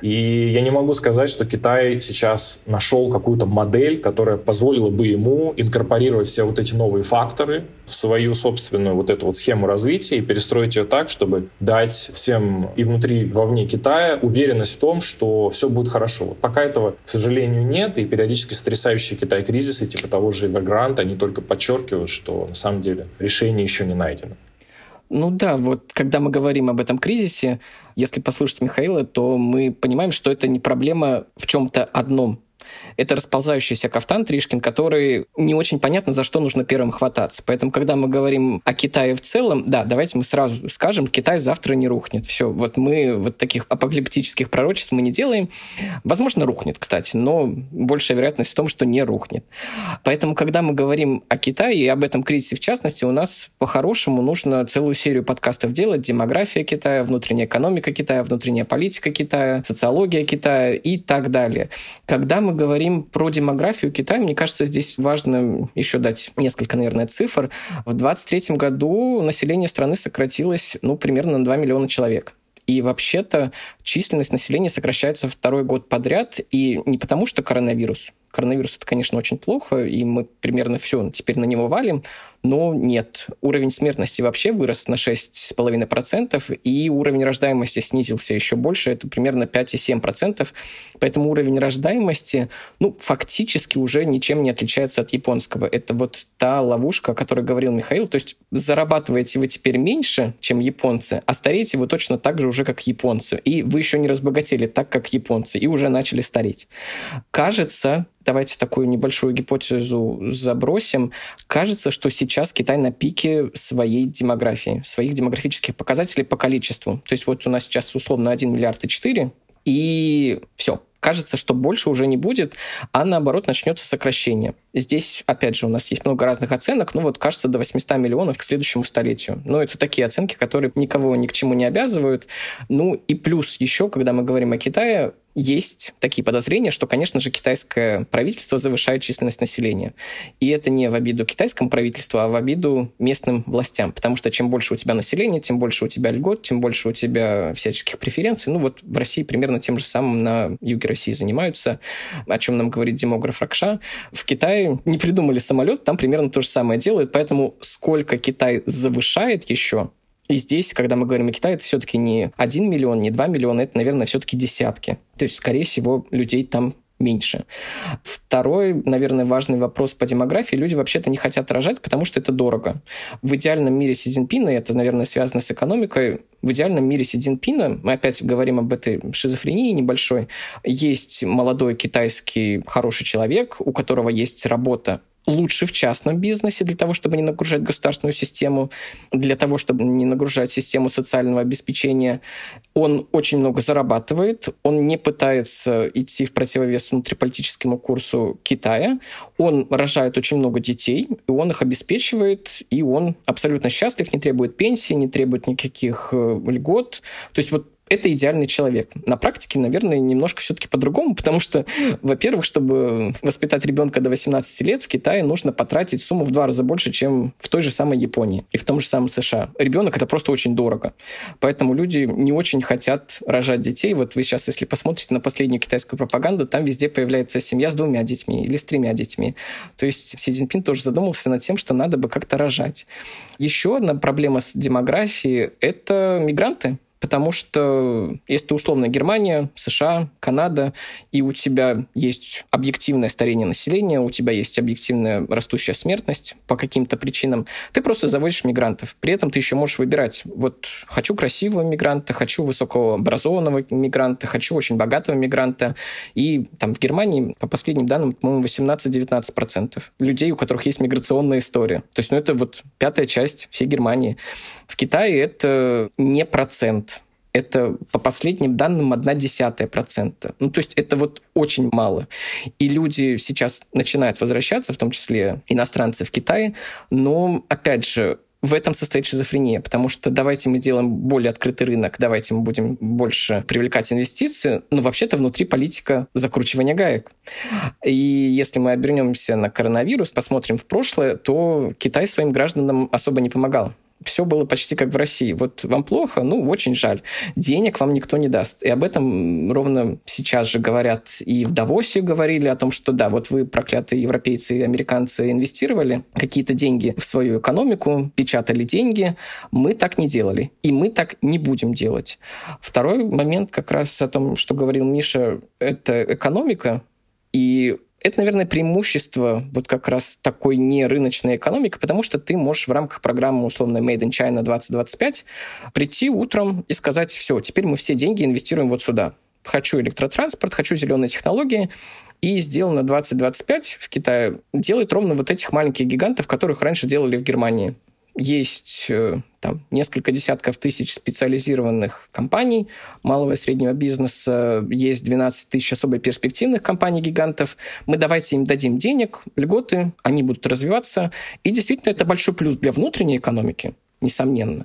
И я не могу сказать, что Китай сейчас нашел какую-то модель, которая позволила бы ему инкорпорировать все вот эти новые факторы в свою собственную вот эту вот схему развития и перестроить ее так, чтобы дать всем и внутри, и вовне Китая уверенность в том, что все будет хорошо. Вот пока этого, к сожалению, нет, и периодически сотрясающие Китай кризисы, типа того же Evergrande, они только подчеркивают, что на самом деле решение еще не найдено. Ну да, вот когда мы говорим об этом кризисе, если послушать Михаила, то мы понимаем, что это не проблема в чем-то одном. Это расползающийся кафтан Тришкин, который не очень понятно, за что нужно первым хвататься. Поэтому, когда мы говорим о Китае в целом, да, давайте мы сразу скажем, Китай завтра не рухнет. Все, вот мы вот таких апокалиптических пророчеств мы не делаем. Возможно, рухнет, кстати, но большая вероятность в том, что не рухнет. Поэтому, когда мы говорим о Китае и об этом кризисе в частности, у нас по-хорошему нужно целую серию подкастов делать: демография Китая, внутренняя экономика Китая, внутренняя политика Китая, социология Китая и так далее. Когда мы говорим про демографию Китая, мне кажется, здесь важно еще дать несколько, наверное, цифр. В 2023 году население страны сократилось, примерно на 2 миллиона человек. И вообще-то численность населения сокращается второй год подряд, и не потому что коронавирус. Коронавирус — это, конечно, очень плохо, и мы примерно все теперь на него валим, но нет. Уровень смертности вообще вырос на 6,5%, и уровень рождаемости снизился еще больше, это примерно 5,7%. Поэтому уровень рождаемости, фактически уже ничем не отличается от японского. Это вот та ловушка, о которой говорил Михаил. То есть зарабатываете вы теперь меньше, чем японцы, а стареете вы точно так же уже, как японцы. И вы еще не разбогатели так, как японцы, и уже начали стареть. Кажется, давайте такую небольшую гипотезу забросим. Кажется, что сейчас Китай на пике своей демографии, своих демографических показателей по количеству. То есть вот у нас сейчас условно 1 миллиард и 4, и все. кажется, что больше уже не будет, а наоборот начнется сокращение. Здесь, опять же, у нас есть много разных оценок, кажется, до 800 миллионов к следующему столетию. Это такие оценки, которые никого ни к чему не обязывают. И плюс еще, когда мы говорим о Китае, есть такие подозрения, что, конечно же, китайское правительство завышает численность населения. И это не в обиду китайскому правительству, а в обиду местным властям. Потому что чем больше у тебя населения, тем больше у тебя льгот, тем больше у тебя всяческих преференций. В России примерно тем же самым на юге России занимаются, о чем нам говорит демограф Ракша. В Китае не придумали самолет, там примерно то же самое делают. Поэтому сколько Китай завышает еще... И здесь, когда мы говорим о Китае, это все-таки не 1 миллион, не 2 миллиона, это, наверное, все-таки десятки. То есть, скорее всего, людей там меньше. Второй, наверное, важный вопрос по демографии. Люди вообще-то не хотят рожать, потому что это дорого. В идеальном мире Си Цзиньпина, и это, наверное, связано с экономикой, в идеальном мире Си Цзиньпина, мы опять говорим об этой шизофрении небольшой, есть молодой китайский хороший человек, у которого есть работа, лучше в частном бизнесе для того, чтобы не нагружать государственную систему, для того, чтобы не нагружать систему социального обеспечения. Он очень много зарабатывает, он не пытается идти в противовес внутриполитическому курсу Китая, он рожает очень много детей, и он их обеспечивает, и он абсолютно счастлив, не требует пенсии, не требует никаких льгот. То есть это идеальный человек. На практике, наверное, немножко все-таки по-другому, потому что, во-первых, чтобы воспитать ребенка до 18 лет, в Китае нужно потратить сумму в 2 раза больше, чем в той же самой Японии и в том же самом США. Ребенок — это просто очень дорого. Поэтому люди не очень хотят рожать детей. Вы сейчас, если посмотрите на последнюю китайскую пропаганду, там везде появляется семья с 2 детьми или с 3 детьми. То есть Си Цзиньпин тоже задумался над тем, что надо бы как-то рожать. Еще одна проблема с демографией — это мигранты. Потому что если ты условно Германия, США, Канада, и у тебя есть объективное старение населения, у тебя есть объективная растущая смертность по каким-то причинам, ты просто завозишь мигрантов. При этом ты еще можешь выбирать. Хочу красивого мигранта, хочу высокообразованного мигранта, хочу очень богатого мигранта. И в Германии, по последним данным, по-моему, 18-19% людей, у которых есть миграционная история. То есть, это 5-я часть всей Германии. В Китае это не процент. Это, по последним данным, 0,1%. То есть это очень мало. И люди сейчас начинают возвращаться, в том числе иностранцы в Китай, но, опять же, в этом состоит шизофрения, потому что давайте мы сделаем более открытый рынок, давайте мы будем больше привлекать инвестиции, но вообще-то внутри политика закручивания гаек. И если мы обернемся на коронавирус, посмотрим в прошлое, то Китай своим гражданам особо не помогал. Все было почти как в России. Вам плохо? Очень жаль. Денег вам никто не даст. И об этом ровно сейчас же говорят. И в Давосе говорили о том, что да, вы, проклятые европейцы и американцы, инвестировали какие-то деньги в свою экономику, печатали деньги. Мы так не делали. И мы так не будем делать. Второй момент как раз о том, что говорил Миша, это экономика. И это, наверное, преимущество как раз такой нерыночной экономики, потому что ты можешь в рамках программы, условно, Made in China 2025 прийти утром и сказать: все, теперь мы все деньги инвестируем сюда. Хочу электротранспорт, хочу зеленые технологии. И сделано 2025 в Китае делает ровно этих маленьких гигантов, которых раньше делали в Германии. Есть несколько десятков тысяч специализированных компаний малого и среднего бизнеса, есть 12 тысяч особо перспективных компаний-гигантов. Мы давайте им дадим денег, льготы, они будут развиваться. И действительно, это большой плюс для внутренней экономики, несомненно.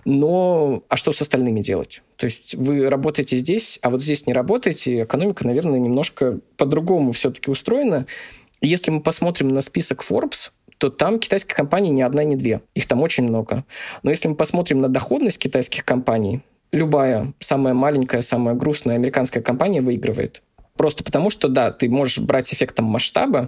Но а что с остальными делать? То есть вы работаете здесь, а здесь не работаете. Экономика, наверное, немножко по-другому все-таки устроена. И если мы посмотрим на список Forbes, то там китайских компаний ни одна, ни две. Их там очень много. Но если мы посмотрим на доходность китайских компаний, любая самая маленькая, самая грустная американская компания выигрывает. Просто потому, что, да, ты можешь брать эффектом масштаба,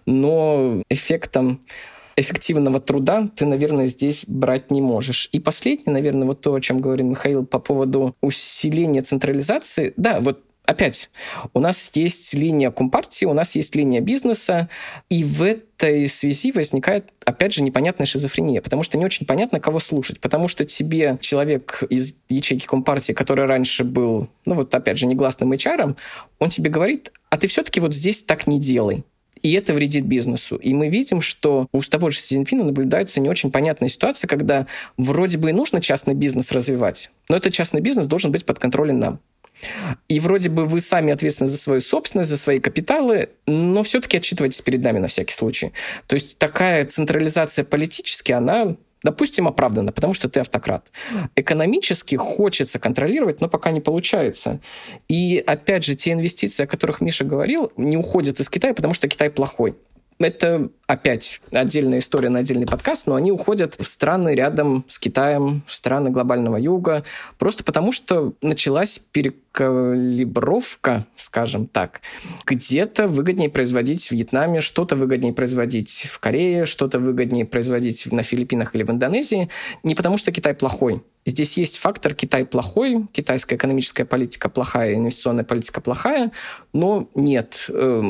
но эффектом эффективного труда ты, наверное, здесь брать не можешь. И последнее, наверное, то, о чем говорил Михаил по поводу усиления централизации. Да, опять, у нас есть линия Компартии, у нас есть линия бизнеса, и в этой связи возникает, опять же, непонятная шизофрения, потому что не очень понятно, кого слушать, потому что тебе человек из ячейки Компартии, который раньше был, опять же, негласным HR-ом, он тебе говорит: а ты все-таки здесь так не делай. И это вредит бизнесу. И мы видим, что у того же Си Цзиньпина наблюдается не очень понятная ситуация, когда вроде бы и нужно частный бизнес развивать, но этот частный бизнес должен быть подконтролен нам. И вроде бы вы сами ответственны за свою собственность, за свои капиталы, но все-таки отчитывайтесь перед нами на всякий случай. То есть такая централизация политически, она, допустим, оправдана, потому что ты автократ. Экономически хочется контролировать, но пока не получается. И опять же, те инвестиции, о которых Миша говорил, не уходят из Китая, потому что Китай плохой. Это опять отдельная история на отдельный подкаст, но они уходят в страны рядом с Китаем, в страны глобального юга, просто потому что началась перекалибровка, скажем так. Где-то выгоднее производить в Вьетнаме, что-то выгоднее производить в Корее, что-то выгоднее производить на Филиппинах или в Индонезии, не потому что Китай плохой. Здесь есть фактор «Китай плохой», китайская экономическая политика плохая, инвестиционная политика плохая, но нет.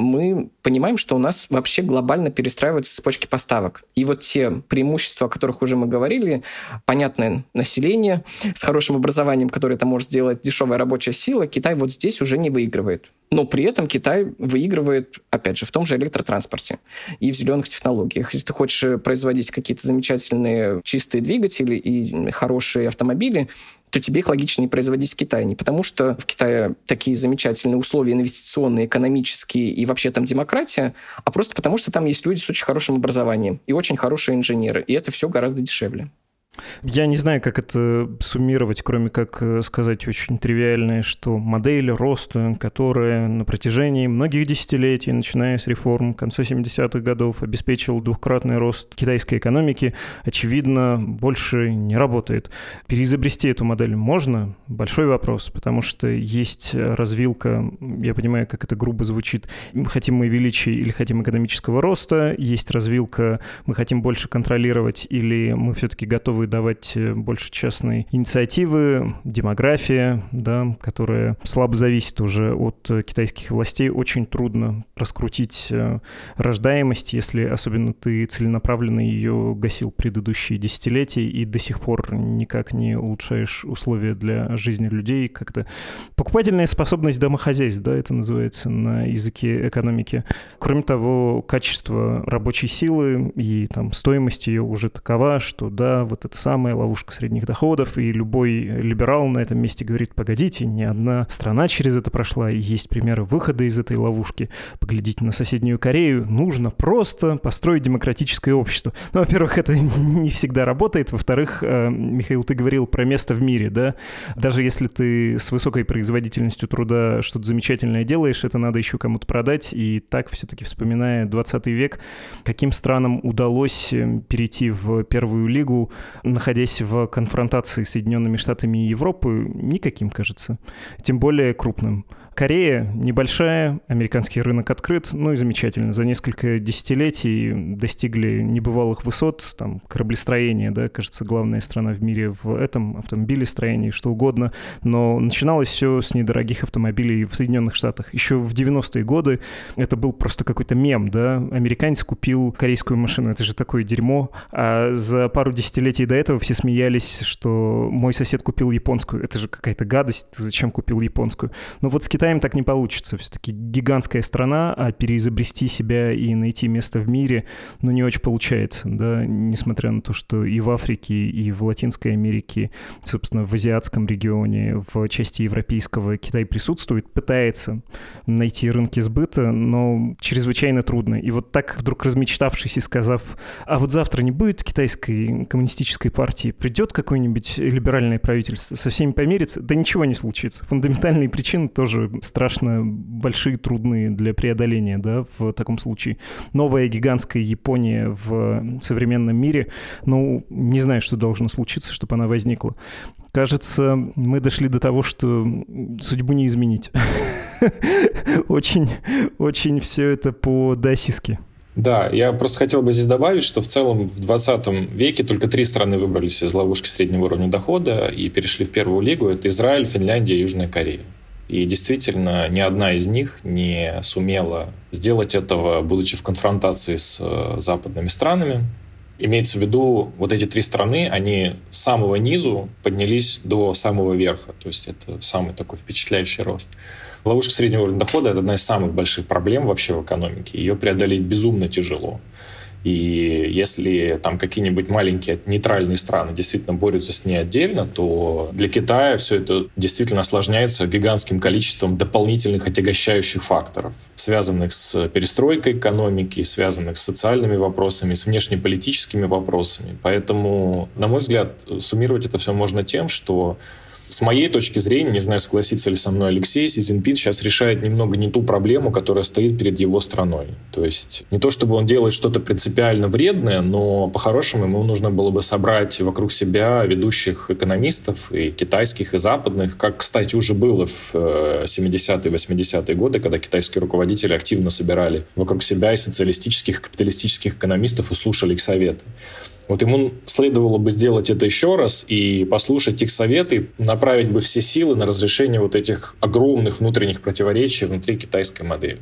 Мы понимаем, что у нас вообще глобально перестраиваются цепочки поставок. И вот те преимущества, о которых уже мы говорили, понятное население с хорошим образованием, которое это может сделать, дешевая рабочая сила, Китай вот здесь уже не выигрывает. Но при этом Китай выигрывает, опять же, в том же электротранспорте и в зеленых технологиях. Если ты хочешь производить какие-то замечательные чистые двигатели и хорошие автомобили, то тебе их логичнее производить в Китае. Не потому, что в Китае такие замечательные условия инвестиционные, экономические и вообще там демократия, а просто потому, что там есть люди с очень хорошим образованием и очень хорошие инженеры. И это все гораздо дешевле. Я не знаю, как это суммировать, кроме как сказать очень тривиальное, что модель роста, которая на протяжении многих десятилетий, начиная с реформ конца 70-х годов, обеспечила двукратный рост китайской экономики, очевидно, больше не работает. Переизобрести эту модель можно? Большой вопрос, потому что есть развилка, я понимаю, как это грубо звучит, хотим мы величия или хотим экономического роста, есть развилка, мы хотим больше контролировать или мы все-таки готовы давать больше частной инициативы, демография, да, которая слабо зависит уже от китайских властей. Очень трудно раскрутить рождаемость, если особенно ты целенаправленно ее гасил предыдущие десятилетия и до сих пор никак не улучшаешь условия для жизни людей. Как-то покупательная способность домохозяйств, да, это называется на языке экономики. Кроме того, качество рабочей силы и там стоимость ее уже такова, что да, вот это самая ловушка средних доходов, и любой либерал на этом месте говорит: погодите, ни одна страна через это прошла, и есть примеры выхода из этой ловушки. Поглядите на соседнюю Корею, нужно просто построить демократическое общество. Ну, во-первых, это не всегда работает, во-вторых, Михаил, ты говорил про место в мире, да? Даже если ты с высокой производительностью труда что-то замечательное делаешь, это надо еще кому-то продать, и так все-таки, вспоминая 20 век, каким странам удалось перейти в первую лигу, находясь в конфронтации с Соединенными Штатами и Европой, никаким, кажется. Тем более крупным. Корея небольшая, американский рынок открыт, ну и замечательно. За несколько десятилетий достигли небывалых высот, там, кораблестроение, да, кажется, главная страна в мире в этом, автомобилестроении, что угодно. Но начиналось все с недорогих автомобилей в Соединенных Штатах. Еще в 90-е годы это был просто какой-то мем, да. Американец купил корейскую машину, это же такое дерьмо. А за пару десятилетий до этого все смеялись, что мой сосед купил японскую. Это же какая-то гадость, ты зачем купил японскую? Но вот с Китаем так не получится. Все-таки гигантская страна, а переизобрести себя и найти место в мире, ну, не очень получается, да, несмотря на то, что и в Африке, и в Латинской Америке, собственно, в азиатском регионе, в части европейского Китай присутствует, пытается найти рынки сбыта, но чрезвычайно трудно. И вот так, вдруг размечтавшись и сказав: а вот завтра не будет китайской коммунистической партии, придет какое-нибудь либеральное правительство, со всеми помирится, да ничего не случится. Фундаментальные причины тоже страшно большие, трудные для преодоления, да, в таком случае. Новая гигантская Япония в современном мире, ну, не знаю, что должно случиться, чтобы она возникла. Кажется, мы дошли до того, что судьбу не изменить. Очень все это по-дасиски. Да, я просто хотел бы здесь добавить, что в целом в 20 веке только 3 страны выбрались из ловушки среднего уровня дохода и перешли в первую лигу. Это Израиль, Финляндия и Южная Корея. И действительно, ни одна из них не сумела сделать этого, будучи в конфронтации с западными странами. Имеется в виду, вот эти 3 страны, они с самого низу поднялись до самого верха. То есть это самый такой впечатляющий рост. Ловушка среднего уровня дохода – это одна из самых больших проблем вообще в экономике. Ее преодолеть безумно тяжело. И если там какие-нибудь маленькие нейтральные страны действительно борются с ней отдельно, то для Китая все это действительно осложняется гигантским количеством дополнительных отягощающих факторов, связанных с перестройкой экономики, связанных с социальными вопросами, с внешнеполитическими вопросами. Поэтому, на мой взгляд, суммировать это все можно тем, что с моей точки зрения, не знаю, согласится ли со мной Алексей, Си Цзиньпин сейчас решает немного не ту проблему, которая стоит перед его страной. То есть не то, чтобы он делает что-то принципиально вредное, но по-хорошему ему нужно было бы собрать вокруг себя ведущих экономистов, и китайских, и западных, как, кстати, уже было в 70-е, 80-е годы, когда китайские руководители активно собирали вокруг себя и социалистических, и капиталистических экономистов и слушали их советы. Вот ему следовало бы сделать это еще раз и послушать их советы, направить бы все силы на разрешение вот этих огромных внутренних противоречий внутри китайской модели.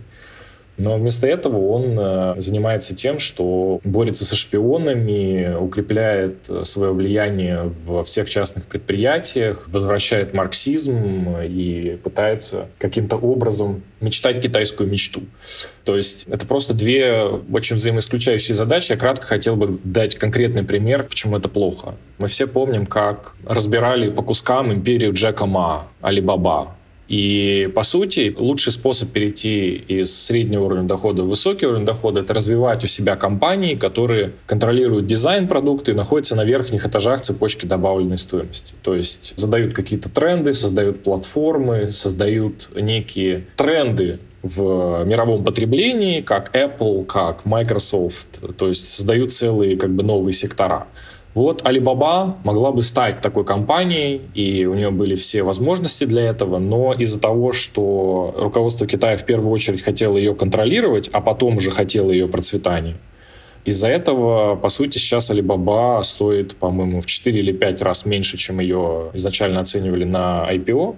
Но вместо этого он занимается тем, что борется со шпионами, укрепляет свое влияние во всех частных предприятиях, возвращает марксизм и пытается каким-то образом мечтать китайскую мечту. То есть это просто две очень взаимоисключающие задачи. Я кратко хотел бы дать конкретный пример, почему это плохо. Мы все помним, как разбирали по кускам империю Джека Ма, Алибаба. И, по сути, лучший способ перейти из среднего уровня дохода в высокий уровень дохода — это развивать у себя компании, которые контролируют дизайн продукта и находятся на верхних этажах цепочки добавленной стоимости. То есть задают какие-то тренды, создают платформы, создают некие тренды в мировом потреблении, как Apple, как Microsoft. То есть создают целые новые сектора. Вот Alibaba могла бы стать такой компанией, и у нее были все возможности для этого, но из-за того, что руководство Китая в первую очередь хотело ее контролировать, а потом уже хотело ее процветания, из-за этого, по сути, сейчас Alibaba стоит, по-моему, в 4 или 5 раз меньше, чем ее изначально оценивали на IPO,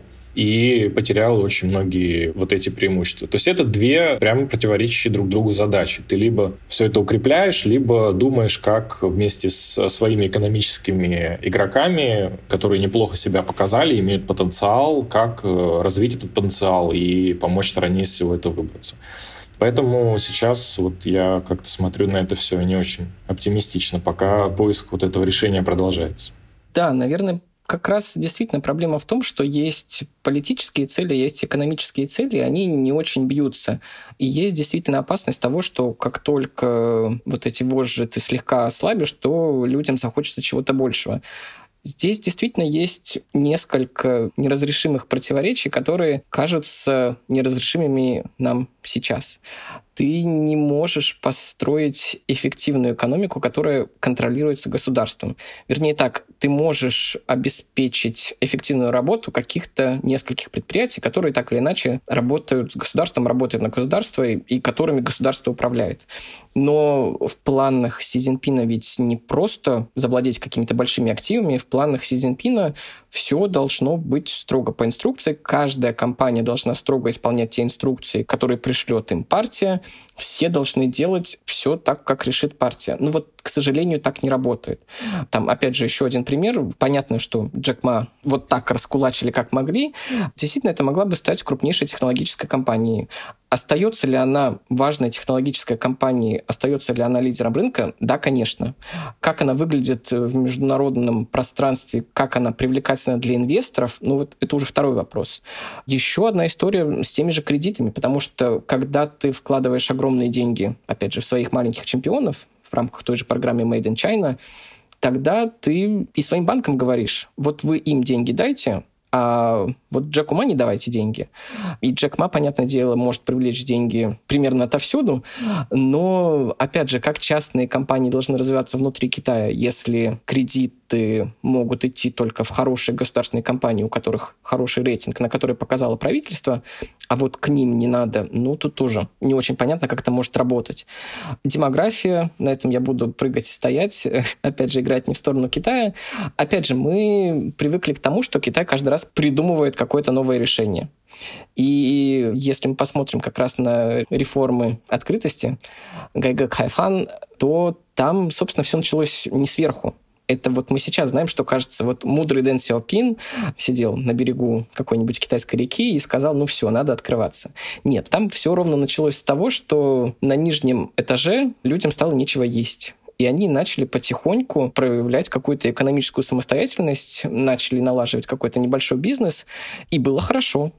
и потерял очень многие вот эти преимущества. То есть это две прямо противоречащие друг другу задачи. Ты либо все это укрепляешь, либо думаешь, как вместе со своими экономическими игроками, которые неплохо себя показали, имеют потенциал, как развить этот потенциал и помочь стране из всего этого выбраться. Поэтому сейчас вот я как-то смотрю на это все не очень оптимистично, пока поиск вот этого решения продолжается. Да, наверное, как раз действительно проблема в том, что есть политические цели, есть экономические цели, и они не очень бьются. И есть действительно опасность того, что как только вот эти вожжи ты слегка ослабишь, то людям захочется чего-то большего. Здесь действительно есть несколько неразрешимых противоречий, которые кажутся неразрешимыми нам сейчас. Ты не можешь построить эффективную экономику, которая контролируется государством. Вернее так, ты можешь обеспечить эффективную работу каких-то нескольких предприятий, которые так или иначе работают с государством, работают на государство и которыми государство управляет. Но в планах Си Цзиньпина ведь не просто завладеть какими-то большими активами, в планах Си Цзиньпина все должно быть строго по инструкции. Каждая компания должна строго исполнять те инструкции, которые пришлет им партия. Все должны делать все так, как решит партия. Ну вот, к сожалению, так не работает. Там, опять же, еще один пример. Понятно, что Джек Ма вот так раскулачили, как могли. Действительно, это могла бы стать крупнейшей технологической компанией. Остается ли она важной технологической компанией, остается ли она лидером рынка? Да, конечно. Как она выглядит в международном пространстве, как она привлекательна для инвесторов, ну вот это уже второй вопрос. Еще одна история с теми же кредитами, потому что когда ты вкладываешь огромные деньги, опять же, в своих маленьких чемпионов в рамках той же программы Made in China, тогда ты и своим банкам говоришь, вот вы им деньги дайте, а вот Джеку Ма не давайте деньги. И Джек Ма, понятное дело, может привлечь деньги примерно отовсюду, но, опять же, как частные компании должны развиваться внутри Китая, если кредиты могут идти только в хорошие государственные компании, у которых хороший рейтинг, на который показало правительство, а вот к ним не надо, ну, тут тоже не очень понятно, как это может работать. Демография, на этом я буду прыгать и стоять, опять же, играть не в сторону Китая. Опять же, мы привыкли к тому, что Китай каждый раз придумывает какое-то новое решение. И если мы посмотрим как раз на реформы открытости Гайгэ Кайфан, то там, собственно, все началось не сверху. Это вот мы сейчас знаем, что, кажется, вот мудрый Дэн Сяопин сидел на берегу какой-нибудь китайской реки и сказал, ну все, надо открываться. Нет, там все ровно началось с того, что на нижнем этаже людям стало нечего есть. И они начали потихоньку проявлять какую-то экономическую самостоятельность, начали налаживать какой-то небольшой бизнес, и было хорошо.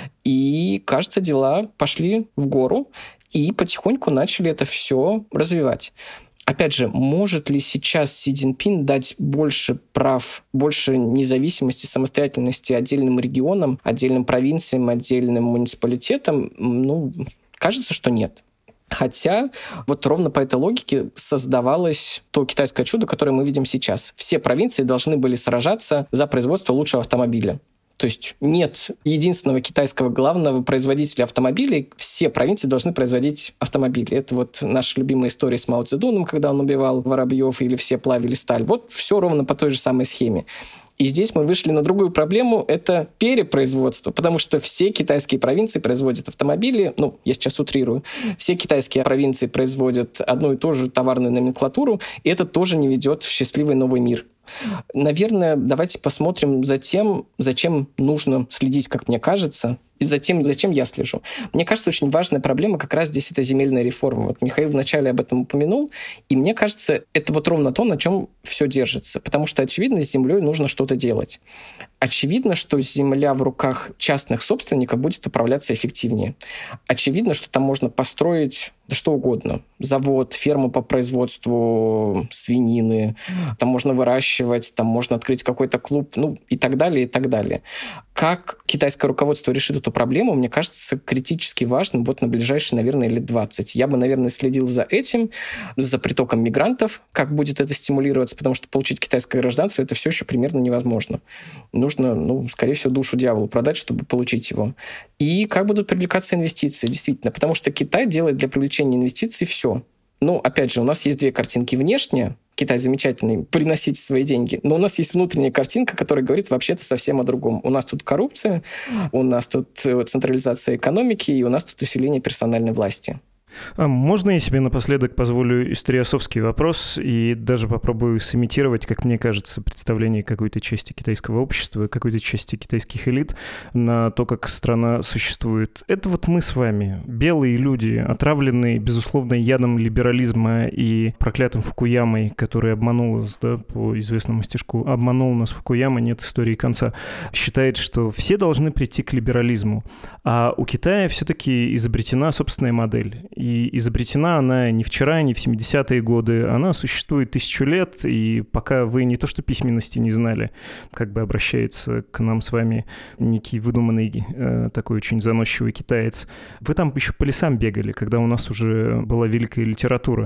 И, кажется, дела пошли в гору, и потихоньку начали это все развивать. Опять же, может ли сейчас Си Цзиньпин дать больше прав, больше независимости, самостоятельности отдельным регионам, отдельным провинциям, отдельным муниципалитетам? Ну, кажется, что нет. Хотя вот ровно по этой логике создавалось то китайское чудо, которое мы видим сейчас. Все провинции должны были сражаться за производство лучшего автомобиля. То есть нет единственного китайского главного производителя автомобилей. Все провинции должны производить автомобили. Это вот наша любимая история с Мао Цзэдуном, когда он убивал воробьев, или все плавили сталь. Вот все ровно по той же самой схеме. И здесь мы вышли на другую проблему – это перепроизводство, потому что все китайские провинции производят автомобили, ну, я сейчас утрирую, все китайские провинции производят одну и ту же товарную номенклатуру, и это тоже не ведет в счастливый новый мир. Наверное, давайте посмотрим за тем, зачем нужно следить, как мне кажется, и за тем, зачем я слежу. Мне кажется, очень важная проблема как раз здесь это земельная реформа. Вот Михаил вначале об этом упомянул, и мне кажется, это вот ровно то, на чем все держится. Потому что, очевидно, с землей нужно что-то делать. Очевидно, что земля в руках частных собственников будет управляться эффективнее. Очевидно, что там можно построить да что угодно. Завод, ферму по производству свинины, там можно выращивать, там можно открыть какой-то клуб, ну и так далее, и так далее. Как китайское руководство решит эту проблему, мне кажется, критически важным вот на ближайшие, наверное, лет 20. Я бы, наверное, следил за этим, за притоком мигрантов, как будет это стимулироваться, потому что получить китайское гражданство это все еще примерно невозможно. Нужно, ну, скорее всего, душу дьяволу продать, чтобы получить его. И как будут привлекаться инвестиции, действительно. Потому что Китай делает для привлечения инвестиций все. Ну, опять же, у нас есть две картинки. Внешняя, Китай замечательный, приносите свои деньги. Но у нас есть внутренняя картинка, которая говорит вообще-то совсем о другом. У нас тут коррупция, у нас тут централизация экономики, и у нас тут усиление персональной власти. А можно я себе напоследок позволю историосовский вопрос и даже попробую сымитировать, как мне кажется, представление какой-то части китайского общества, какой-то части китайских элит на то, как страна существует. Это вот мы с вами, белые люди, отравленные, безусловно, ядом либерализма и проклятым Фукуямой, который обманул нас, да, по известному стишку, обманул нас Фукуяма, нет истории конца, считает, что все должны прийти к либерализму. А у Китая все-таки изобретена собственная модель. И изобретена она не вчера, не в 70-е годы. Она существует 1000 лет, и пока вы не то что письменности не знали, как бы обращается к нам с вами некий выдуманный, такой очень заносчивый китаец, вы там еще по лесам бегали, когда у нас уже была великая литература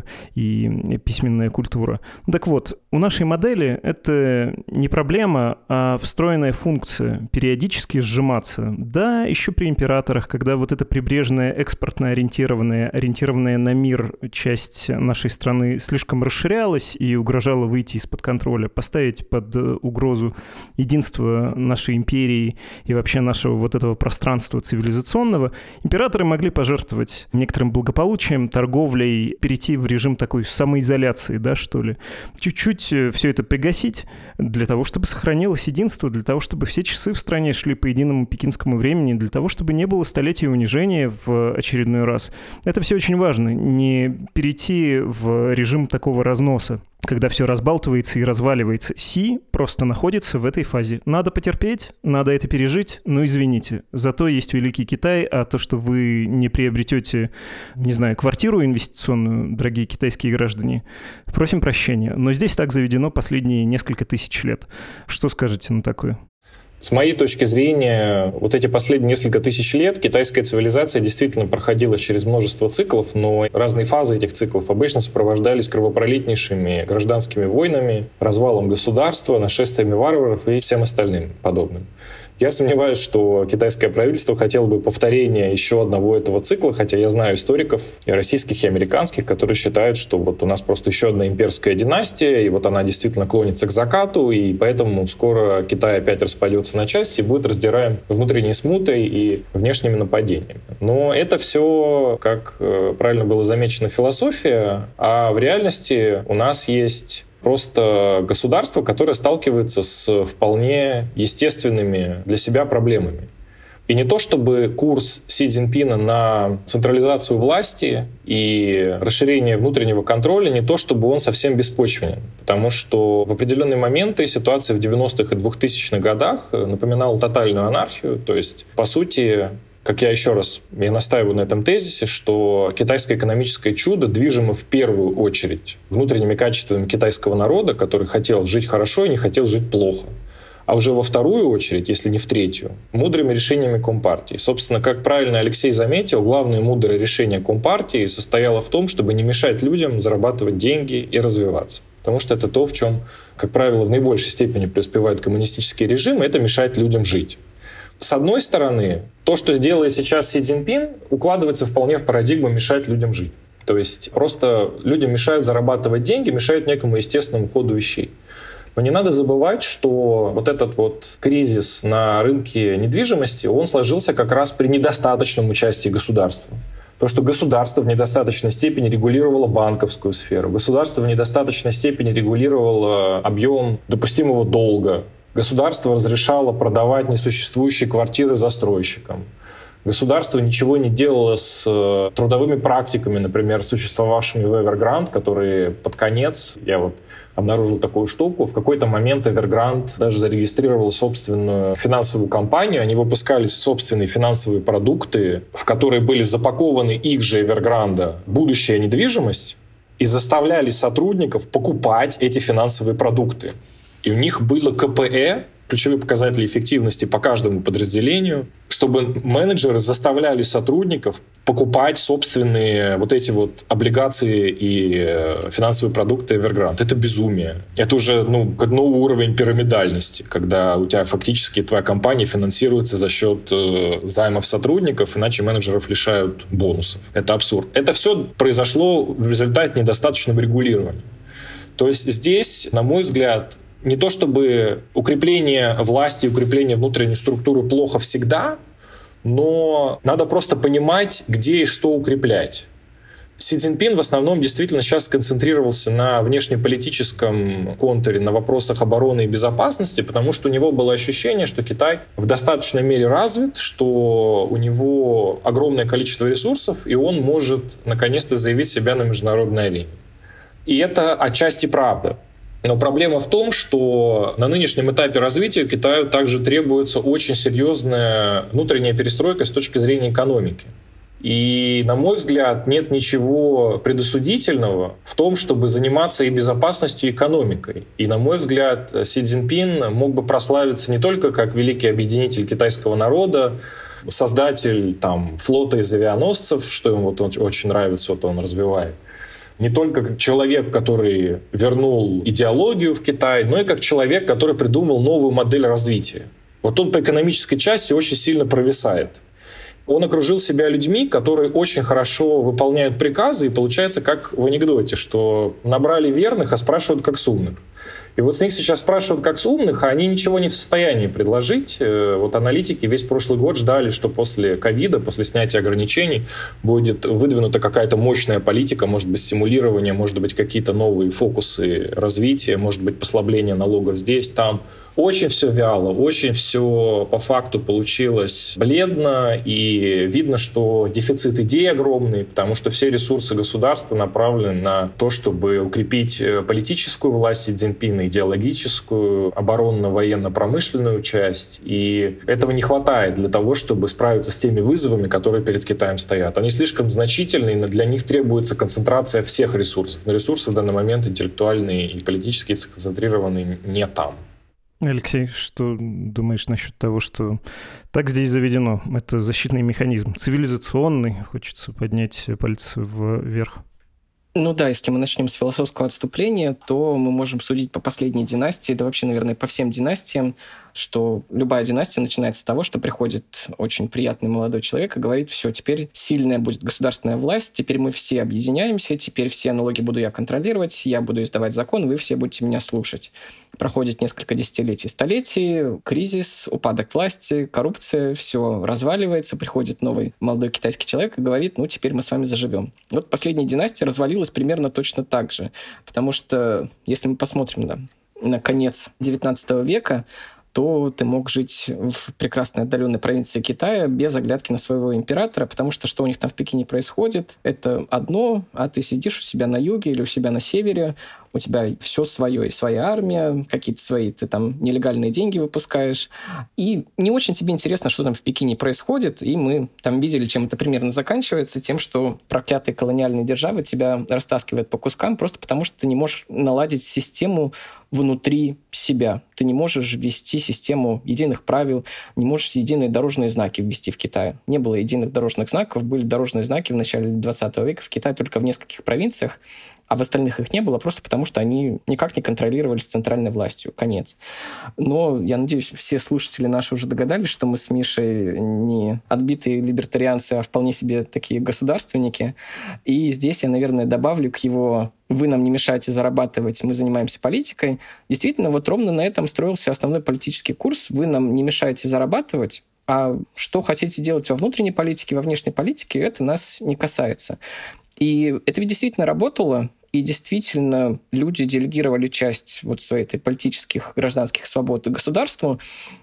и письменная культура. Так вот, у нашей модели это не проблема, а встроенная функция периодически сжиматься. Да, еще при императорах, когда вот эта прибрежная экспортно-ориентированная на мир часть нашей страны слишком расширялась и угрожала выйти из-под контроля, поставить под угрозу единство нашей империи и вообще нашего вот этого пространства цивилизационного, императоры могли пожертвовать некоторым благополучием, торговлей, перейти в режим такой самоизоляции, да, что ли. Чуть-чуть все это пригасить для того, чтобы сохранилось единство, для того, чтобы все часы в стране шли по единому пекинскому времени, для того, чтобы не было столетия унижения в очередной раз. Это все очень важно, не перейти в режим такого разноса, когда все разбалтывается и разваливается. Си просто находится в этой фазе. Надо потерпеть, надо это пережить, но извините, зато есть Великий Китай, а то, что вы не приобретете, не знаю, квартиру инвестиционную, дорогие китайские граждане, просим прощения. Но здесь так заведено последние несколько тысяч лет. Что скажете на такое? С моей точки зрения, вот эти последние несколько тысяч лет китайская цивилизация действительно проходила через множество циклов, но разные фазы этих циклов обычно сопровождались кровопролитнейшими гражданскими войнами, развалом государства, нашествиями варваров и всем остальным подобным. Я сомневаюсь, что китайское правительство хотело бы повторения еще одного этого цикла, хотя я знаю историков, и российских, и американских, которые считают, что вот у нас просто еще одна имперская династия, и вот она действительно клонится к закату, и поэтому скоро Китай опять распадется на части и будет раздираем внутренней смутой и внешними нападениями. Но это все, как правильно было замечено, философия, а в реальности у нас есть просто государство, которое сталкивается с вполне естественными для себя проблемами. И не то чтобы курс Си Цзиньпина на централизацию власти и расширение внутреннего контроля, не то чтобы он совсем беспочвенен. Потому что в определенные моменты ситуация в 90-х и 2000-х годах напоминала тотальную анархию. То есть, по сути, как я настаиваю на этом тезисе, что китайское экономическое чудо движимо в первую очередь внутренними качествами китайского народа, который хотел жить хорошо и не хотел жить плохо. А уже во вторую очередь, если не в третью, мудрыми решениями Компартии. Собственно, как правильно Алексей заметил, главное мудрое решение Компартии состояло в том, чтобы не мешать людям зарабатывать деньги и развиваться. Потому что это то, в чем, как правило, в наибольшей степени преуспевают коммунистические режимы, это мешать людям жить. С одной стороны, то, что сделает сейчас Си Цзиньпин, укладывается вполне в парадигму мешать людям жить. То есть просто людям мешают зарабатывать деньги, мешают некому естественному ходу вещей. Но не надо забывать, что вот этот кризис на рынке недвижимости, он сложился как раз при недостаточном участии государства. То, что государство в недостаточной степени регулировало банковскую сферу, государство в недостаточной степени регулировало объем допустимого долга, государство разрешало продавать несуществующие квартиры застройщикам. Государство ничего не делало с трудовыми практиками, например, существовавшими в Evergrande, которые под конец, я обнаружил такую штуку, в какой-то момент Evergrande даже зарегистрировал собственную финансовую компанию, они выпускали собственные финансовые продукты, в которые были запакованы их же Evergrande будущая недвижимость, и заставляли сотрудников покупать эти финансовые продукты. И у них было КПЭ, ключевые показатели эффективности по каждому подразделению, чтобы менеджеры заставляли сотрудников покупать собственные эти облигации и финансовые продукты Evergrande. Это безумие. Это уже новый уровень пирамидальности, когда у тебя фактически твоя компания финансируется за счет займов сотрудников, иначе менеджеров лишают бонусов. Это абсурд. Это все произошло в результате недостаточного регулирования. То есть здесь, на мой взгляд, не то чтобы укрепление власти, укрепление внутренней структуры плохо всегда, но надо просто понимать, где и что укреплять. Си Цзиньпин в основном действительно сейчас сконцентрировался на внешнеполитическом контуре, на вопросах обороны и безопасности, потому что у него было ощущение, что Китай в достаточной мере развит, что у него огромное количество ресурсов, и он может наконец-то заявить себя на международной арене. И это отчасти правда. Но проблема в том, что на нынешнем этапе развития Китаю также требуется очень серьезная внутренняя перестройка с точки зрения экономики. И, на мой взгляд, нет ничего предосудительного в том, чтобы заниматься и безопасностью, и экономикой. И, на мой взгляд, Си Цзиньпин мог бы прославиться не только как великий объединитель китайского народа, создатель флота из авианосцев, что ему очень нравится, он развивает, не только как человек, который вернул идеологию в Китай, но и как человек, который придумал новую модель развития. Он по экономической части очень сильно провисает. Он окружил себя людьми, которые очень хорошо выполняют приказы, и получается, как в анекдоте, что набрали верных, а спрашивают, как с умных. И с них сейчас спрашивают, как с умных, а они ничего не в состоянии предложить. Аналитики весь прошлый год ждали, что после ковида, после снятия ограничений, будет выдвинута какая-то мощная политика, может быть, стимулирование, может быть, какие-то новые фокусы развития, может быть, послабление налогов здесь, там. Очень все вяло, очень все по факту получилось бледно, и видно, что дефицит идей огромный, потому что все ресурсы государства направлены на то, чтобы укрепить политическую власть Си Цзиньпина, идеологическую, оборонно-военно-промышленную часть, и этого не хватает для того, чтобы справиться с теми вызовами, которые перед Китаем стоят. Они слишком значительные, но для них требуется концентрация всех ресурсов. Но ресурсы в данный момент интеллектуальные и политически сконцентрированы не там. Алексей, что думаешь насчет того, что так здесь заведено? Это защитный механизм, цивилизационный, хочется поднять палец вверх. Если мы начнем с философского отступления, то мы можем судить по последней династии, да вообще, наверное, по всем династиям, что любая династия начинается с того, что приходит очень приятный молодой человек и говорит: все, теперь сильная будет государственная власть, теперь мы все объединяемся, теперь все налоги буду я контролировать, я буду издавать закон, вы все будете меня слушать. Проходит несколько десятилетий, столетий, кризис, упадок власти, коррупция, все разваливается, приходит новый молодой китайский человек и говорит: ну, теперь мы с вами заживем. Вот последняя династия развалилась примерно точно так же, потому что, если мы посмотрим на конец XIX века, то ты мог жить в прекрасной отдаленной провинции Китая без оглядки на своего императора, потому что у них там в Пекине происходит, это одно, а ты сидишь у себя на юге или у себя на севере, у тебя все свое, и своя армия, какие-то свои, ты там нелегальные деньги выпускаешь, и не очень тебе интересно, что там в Пекине происходит, и мы там видели, чем это примерно заканчивается, тем, что проклятые колониальные державы тебя растаскивают по кускам, просто потому что ты не можешь наладить систему внутри себя. Ты не можешь ввести систему единых правил, не можешь единые дорожные знаки ввести в Китае. Не было единых дорожных знаков, были дорожные знаки в начале 20 века в Китае только в нескольких провинциях, а в остальных их не было просто потому, что они никак не контролировались центральной властью. Конец. Но, я надеюсь, все слушатели наши уже догадались, что мы с Мишей не отбитые либертарианцы, а вполне себе такие государственники. И здесь я, наверное, добавлю к его «вы нам не мешаете зарабатывать, мы занимаемся политикой». Действительно, вот ровно на этом строился основной политический курс. Вы нам не мешаете зарабатывать, а что хотите делать во внутренней политике, во внешней политике, это нас не касается. И это ведь действительно работало, и действительно люди делегировали часть вот своей этой политических, гражданских свобод государству,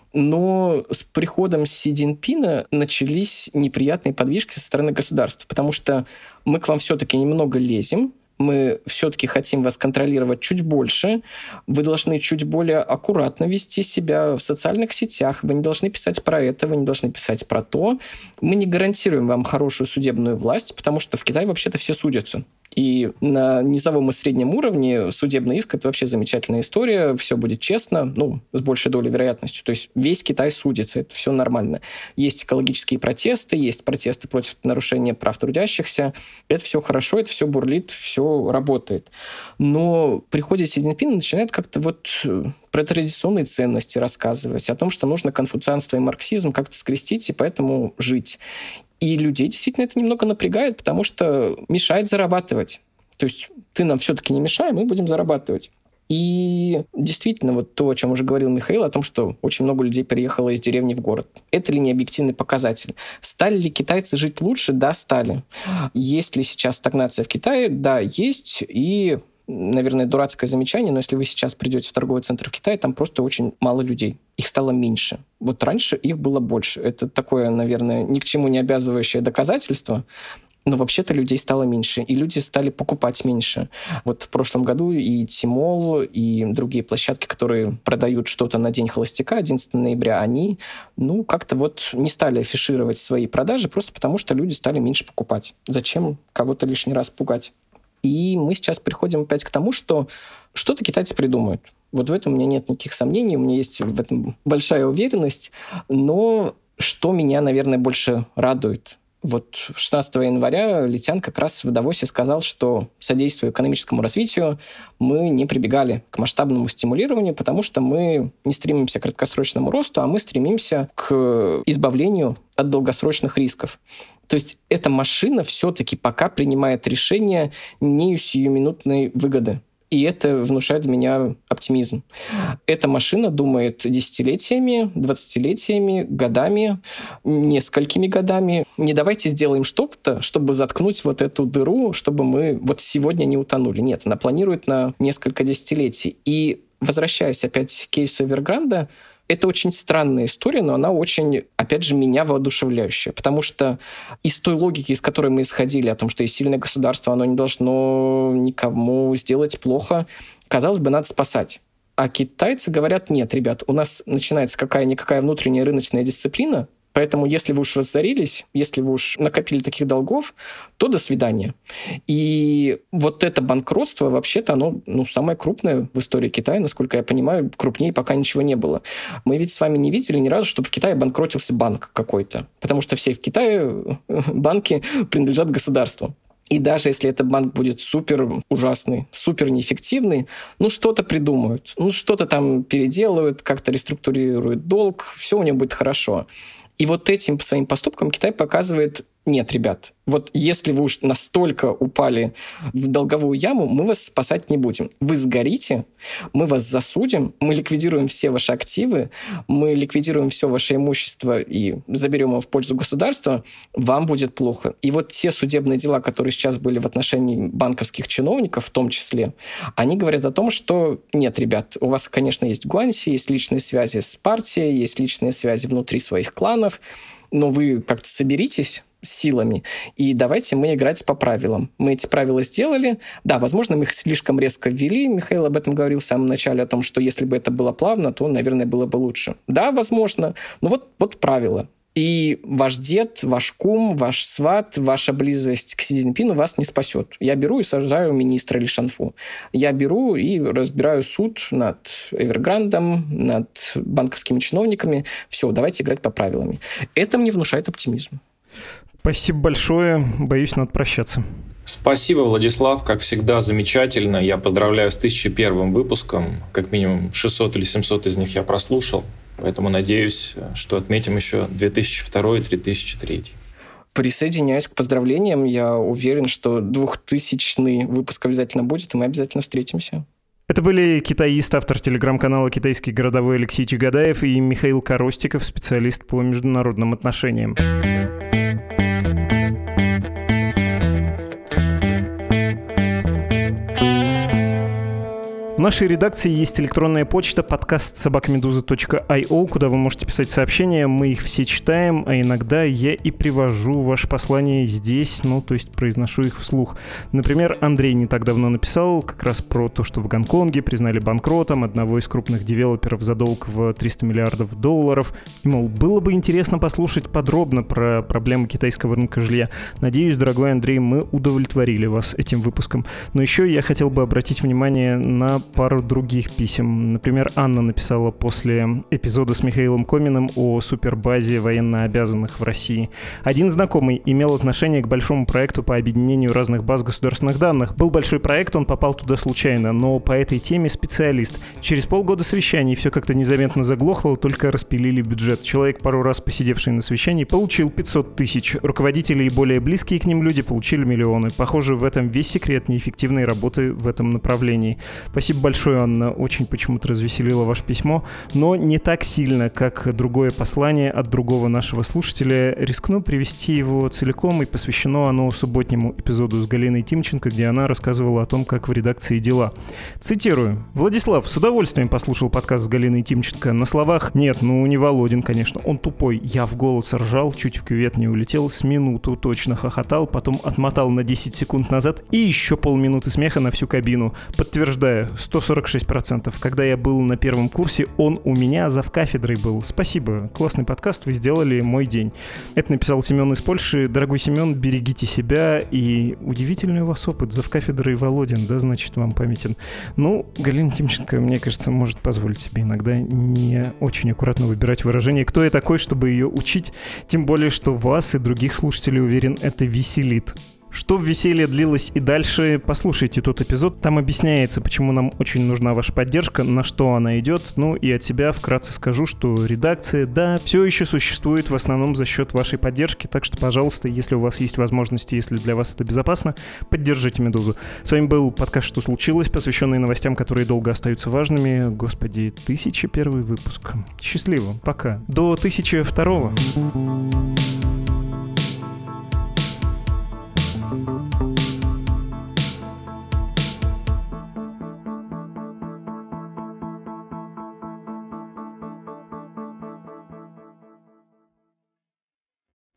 но с приходом Си Цзиньпина начались неприятные подвижки со стороны государства, потому что мы к вам все-таки немного лезем, мы все-таки хотим вас контролировать чуть больше, вы должны чуть более аккуратно вести себя в социальных сетях, вы не должны писать про это, вы не должны писать про то. Мы не гарантируем вам хорошую судебную власть, потому что в Китае вообще-то все судятся. И на низовом и среднем уровне судебный иск — это вообще замечательная история, все будет честно, с большей долей вероятности. То есть весь Китай судится, это все нормально. Есть экологические протесты, есть протесты против нарушения прав трудящихся. Это все хорошо, это все бурлит, все работает. Но приходит Си Цзиньпин и начинает как-то про традиционные ценности рассказывать, о том, что нужно конфуцианство и марксизм как-то скрестить и поэтому жить. И людей действительно это немного напрягает, потому что мешает зарабатывать. То есть ты нам все-таки не мешай, мы будем зарабатывать. И действительно, то, о чем уже говорил Михаил, о том, что очень много людей переехало из деревни в город. Это ли не объективный показатель? Стали ли китайцы жить лучше? Да, стали. Есть ли сейчас стагнация в Китае? Да, есть. И, наверное, дурацкое замечание, но если вы сейчас придете в торговый центр в Китае, там просто очень мало людей. Их стало меньше. Вот раньше их было больше. Это такое, наверное, ни к чему не обязывающее доказательство, но вообще-то людей стало меньше, и люди стали покупать меньше. Вот в прошлом году и Тимол, и другие площадки, которые продают что-то на День холостяка, 11 ноября, они, как-то не стали афишировать свои продажи, просто потому что люди стали меньше покупать. Зачем кого-то лишний раз пугать? И мы сейчас приходим опять к тому, что что-то китайцы придумают. Вот в этом у меня нет никаких сомнений, у меня есть в этом большая уверенность. Но что меня, наверное, больше радует? 16 января Литян как раз в Давосе сказал, что, содействуя экономическому развитию, мы не прибегали к масштабному стимулированию, потому что мы не стремимся к краткосрочному росту, а мы стремимся к избавлению от долгосрочных рисков. То есть эта машина все-таки пока принимает решения не сиюминутной выгоды. И это внушает в меня оптимизм. Эта машина думает десятилетиями, 20-летиями, годами, несколькими годами. Не давайте сделаем что-то, чтобы заткнуть эту дыру, чтобы мы сегодня не утонули. Нет, она планирует на несколько десятилетий. И возвращаясь опять к кейсу Эвергранда, это очень странная история, но она очень, опять же, меня воодушевляющая. Потому что из той логики, из которой мы исходили, о том, что есть сильное государство, оно не должно никому сделать плохо, казалось бы, надо спасать. А китайцы говорят: нет, ребят, у нас начинается какая-никакая внутренняя рыночная дисциплина, поэтому если вы уж разорились, если вы уж накопили таких долгов, то до свидания. И это банкротство, вообще-то, оно самое крупное в истории Китая, насколько я понимаю, крупнее пока ничего не было. Мы ведь с вами не видели ни разу, чтобы в Китае банкротился банк какой-то, потому что все в Китае банки принадлежат государству. И даже если этот банк будет супер ужасный, супер неэффективный, что-то придумают, что-то там переделают, как-то реструктурируют долг, все у него будет хорошо. И вот этим своим поступком Китай показывает: нет, ребят, вот если вы уж настолько упали в долговую яму, мы вас спасать не будем. Вы сгорите, мы вас засудим, мы ликвидируем все ваши активы, мы ликвидируем все ваше имущество и заберем его в пользу государства, вам будет плохо. И вот те судебные дела, которые сейчас были в отношении банковских чиновников в том числе, они говорят о том, что нет, ребят, у вас, конечно, есть гуанси, есть личные связи с партией, есть личные связи внутри своих кланов, но вы как-то соберитесь силами, и давайте мы играть по правилам. Мы эти правила сделали. Да, возможно, мы их слишком резко ввели. Михаил об этом говорил в самом начале, о том, что если бы это было плавно, то, наверное, было бы лучше. Да, возможно. Но вот правила. И ваш дед, ваш кум, ваш сват, ваша близость к Си Цзиньпину вас не спасет. Я беру и сажаю министра Ли Шанфу. Я беру и разбираю суд над Эверграндом, над банковскими чиновниками. Все, давайте играть по правилам. Это мне внушает оптимизм. Спасибо большое. Боюсь, надо прощаться. Спасибо, Владислав. Как всегда, замечательно. Я поздравляю с 1001 выпуском. Как минимум 600 или 700 из них я прослушал. Поэтому надеюсь, что отметим еще 2002 и 3003. Присоединяюсь к поздравлениям. Я уверен, что 2000-й выпуск обязательно будет, и мы обязательно встретимся. Это были китаист, автор телеграм-канала «Китайский городовой» Алексей Чагадаев и Михаил Коростиков, специалист по международным отношениям. В нашей редакции есть электронная почта podcast@meduza.io, куда вы можете писать сообщения, мы их все читаем, а иногда я и привожу ваши послания здесь, то есть произношу их вслух. Например, Андрей не так давно написал как раз про то, что в Гонконге признали банкротом одного из крупных девелоперов за долг в $300 миллиардов. И, мол, было бы интересно послушать подробно про проблемы китайского рынка жилья. Надеюсь, дорогой Андрей, мы удовлетворили вас этим выпуском. Но еще я хотел бы обратить внимание на пару других писем. Например, Анна написала после эпизода с Михаилом Коминым о супербазе военнообязанных в России. Один знакомый имел отношение к большому проекту по объединению разных баз государственных данных. Был большой проект, он попал туда случайно, но по этой теме специалист. Через полгода совещаний все как-то незаметно заглохло, только распилили бюджет. Человек, пару раз посидевший на совещании, получил 500 тысяч. Руководители и более близкие к ним люди получили миллионы. Похоже, в этом весь секрет неэффективной работы в этом направлении. Спасибо большое, Анна, очень почему-то развеселило ваше письмо, но не так сильно, как другое послание от другого нашего слушателя. Рискну привести его целиком, и посвящено оно субботнему эпизоду с Галиной Тимченко, где она рассказывала о том, как в редакции дела. Цитирую. «Владислав, с удовольствием послушал подкаст с Галиной Тимченко. На словах нет, не Володин, конечно, он тупой. Я в голос ржал, чуть в кювет не улетел, с минуту точно хохотал, потом отмотал на 10 секунд назад и еще полминуты смеха на всю кабину. Подтверждаю, 146%. Когда я был на первом курсе, он у меня завкафедрой был. Спасибо. Классный подкаст, вы сделали мой день». Это написал Семен из Польши. Дорогой Семен, берегите себя. И удивительный у вас опыт. Завкафедрой Володин, да, значит, вам памятен. Галина Тимченко, мне кажется, может позволить себе иногда не очень аккуратно выбирать выражение. Кто я такой, чтобы ее учить? Тем более, что вас и других слушателей, уверен, это веселит. Что в веселье длилось и дальше, послушайте тот эпизод. Там объясняется, почему нам очень нужна ваша поддержка, на что она идет. И от себя вкратце скажу, что редакция, да, все еще существует в основном за счет вашей поддержки. Так что, пожалуйста, если у вас есть возможности, если для вас это безопасно, поддержите «Медузу». С вами был подкаст «Что случилось?», посвященный новостям, которые долго остаются важными. Господи, 1001 выпуск. Счастливо. Пока. До 1002.